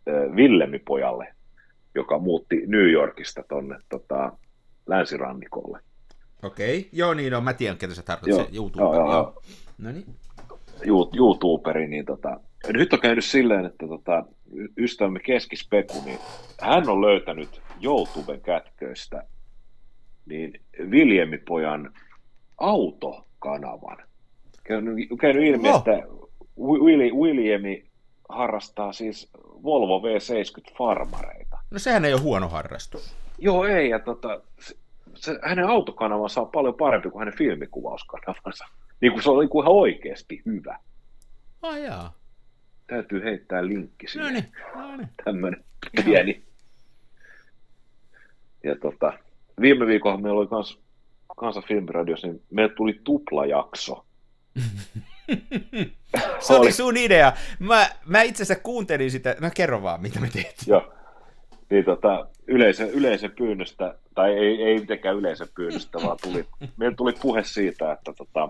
Villemi-pojalle, joka muutti New Yorkista tonne tota, länsirannikolle. Okei, okay. Joo niin, no, mä tiedän, ketä sä tarkoitat, se YouTuberi. Joo, joo. No niin. YouTuberi, niin tota, nyt on käynyt silleen, että tota, ystävämme Keskispeku, niin hän on löytänyt YouTuben kätköistä niin Viljemi-pojan autokanavan. Käynyt, käynyt ilmi, oh. että Viljemi harrastaa siis Volvo V seitsemänkymmentä farmareita. No sehän ei ole huono harrastus. Joo, ei, ja tota, se, se, hänen autokanavansa on paljon parempi kuin hänen filmikuvauskanavansa. Niin kuin se on niin kuin ihan oikeasti hyvä. Ah jaa. Täytyy heittää linkki siihen. No niin, no niin. Tämmöinen pieni. Ja tota, viime viikolla meillä oli kans, Kansan Filmiradiossa, niin meille tuli tuplajakso. Se oli sun idea. Mä, mä itse asiassa kuuntelin sitä. No kerro vaan, mitä me tehtiin. Joo. Niin tota, yleisön, yleisön pyynnöstä, tai ei, ei mitenkään yleisön pyynnöstä, vaan tuli, meillä tuli puhe siitä, että tota,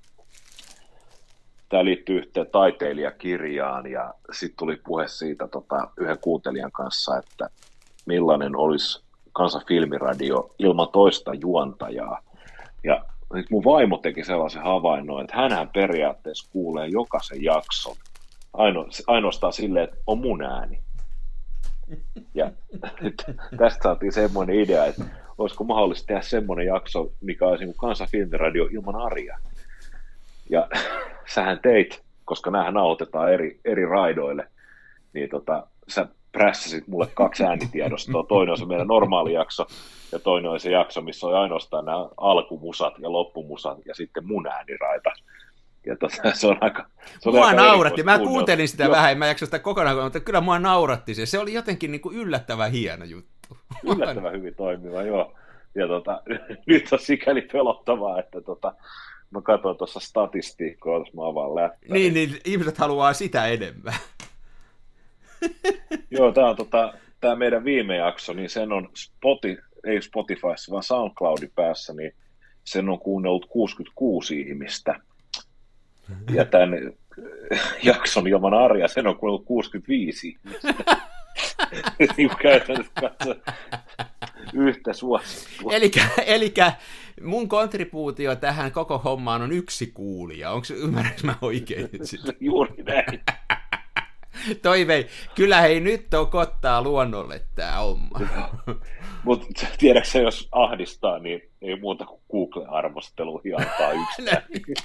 tämä liittyy yhteen taiteilijakirjaan, ja sitten tuli puhe siitä tota, yhden kuuntelijan kanssa, että millainen olisi Kansan Filmiradio ilman toista juontajaa. Ja nyt mun vaimo teki sellaisen havainnon, että hänhän periaatteessa kuulee jokaisen jakson aino, ainoastaan silleen, että on mun ääni. Ja tästä saatiin semmoinen idea, että olisiko mahdollista tehdä semmoinen jakso, mikä olisi niin kuin Kansan Filmiradio ilman Aria. Ja sähän teit, koska näähän nauhoitetaan eri, eri raidoille, niin tota, sä prässäsit mulle kaksi äänitiedostoa. Toinen on se meidän normaali jakso, ja toinen on se jakso, missä on ainoastaan nämä alkumusat ja loppumusat, ja sitten mun ääniraita. Ja tota, se on aika... Se on mua aika nauratti, mä kuuntelin sitä Joo. vähän, en mä jakso sitä kokonaan, mutta kyllä mua nauratti se. Se oli jotenkin niin kuin yllättävän hieno juttu. Yllättävän hyvin toimiva, joo. Ja tota, nyt on sikäli pelottavaa, että tota, mä katsoin tuossa statistiikkoa, jos mä avaan läppärin. Niin, niin ihmiset haluaa sitä enemmän. Joo, tää on tota, tää meidän viime jakso, niin sen on Spotify, ei Spotifyssa, vaan SoundCloudin päässä, niin sen on kuunnellut kuusikymmentäkuusi ihmistä. Ja tämän jakson ilman Arja, sen on kuunnellut kuusikymmentäviisi ihmistä. Niin kuin käytännössä katsoa yhtä suosittua. Elikkä, elikkä mun kontribuutio tähän koko hommaan on yksi kuulija. Onko ymmärrätkö mä oikein nyt sitä? Juuri näin. Toivei, kyllä hei nyt on kottaa luonnolle tää homma. Mutta tiedätkö jos ahdistaa, niin ei muuta kuin Google-arvosteluihin antaa yksitään.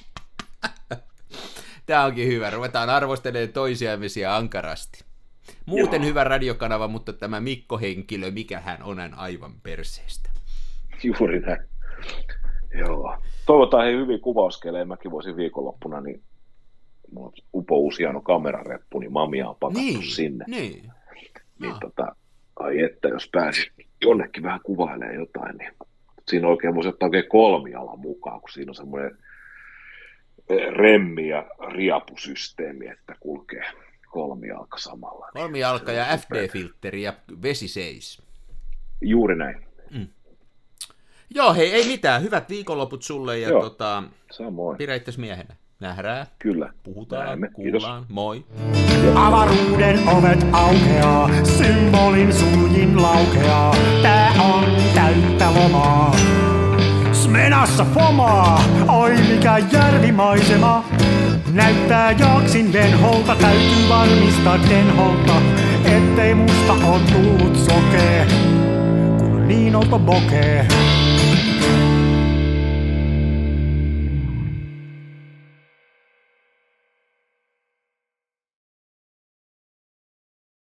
Tää onkin hyvä, ruvetaan arvostelemaan toisiamme ankarasti. Muuten Joo. hyvä radiokanava, mutta tämä Mikko-henkilö, mikä hän on, aivan perseestä. Juuri näin. Joo. Toivotaan hei hyvin kuvauskeleja. Mäkin voisin viikonloppuna, niin mulla on upo uusi hieno kamerareppu, niin mamia on pakattu niin, sinne. Niin, niin tota, ai että jos pääsis jonnekin vähän kuvailemaan jotain, niin siinä oikein voisi ottaa oikein kolmialan mukaan, kun siinä on semmoinen remmi- ja riapusysteemi, että kulkee kolmijalka samalla. Kolmijalka ja F D-filtteri ja vesiseis. Juuri näin. Mm. Joo, hei, ei mitään. Hyvät viikonloput sulle ja Joo, tota, samoin. pidä itses miehenä. Nähdään. Kyllä. Puhutaan, Näemme. kuullaan. Kiitos. Moi. Avaruuden ovet aukeaa, symbolin suljin laukeaa. Tää on täyttä lomaa. Smenassa fomaa, oi mikä järvimaisema. Näyttää jaksin venholta, täytyy varmistaa denholta, ettei musta on tullut sokee, kun on niin olto bokee.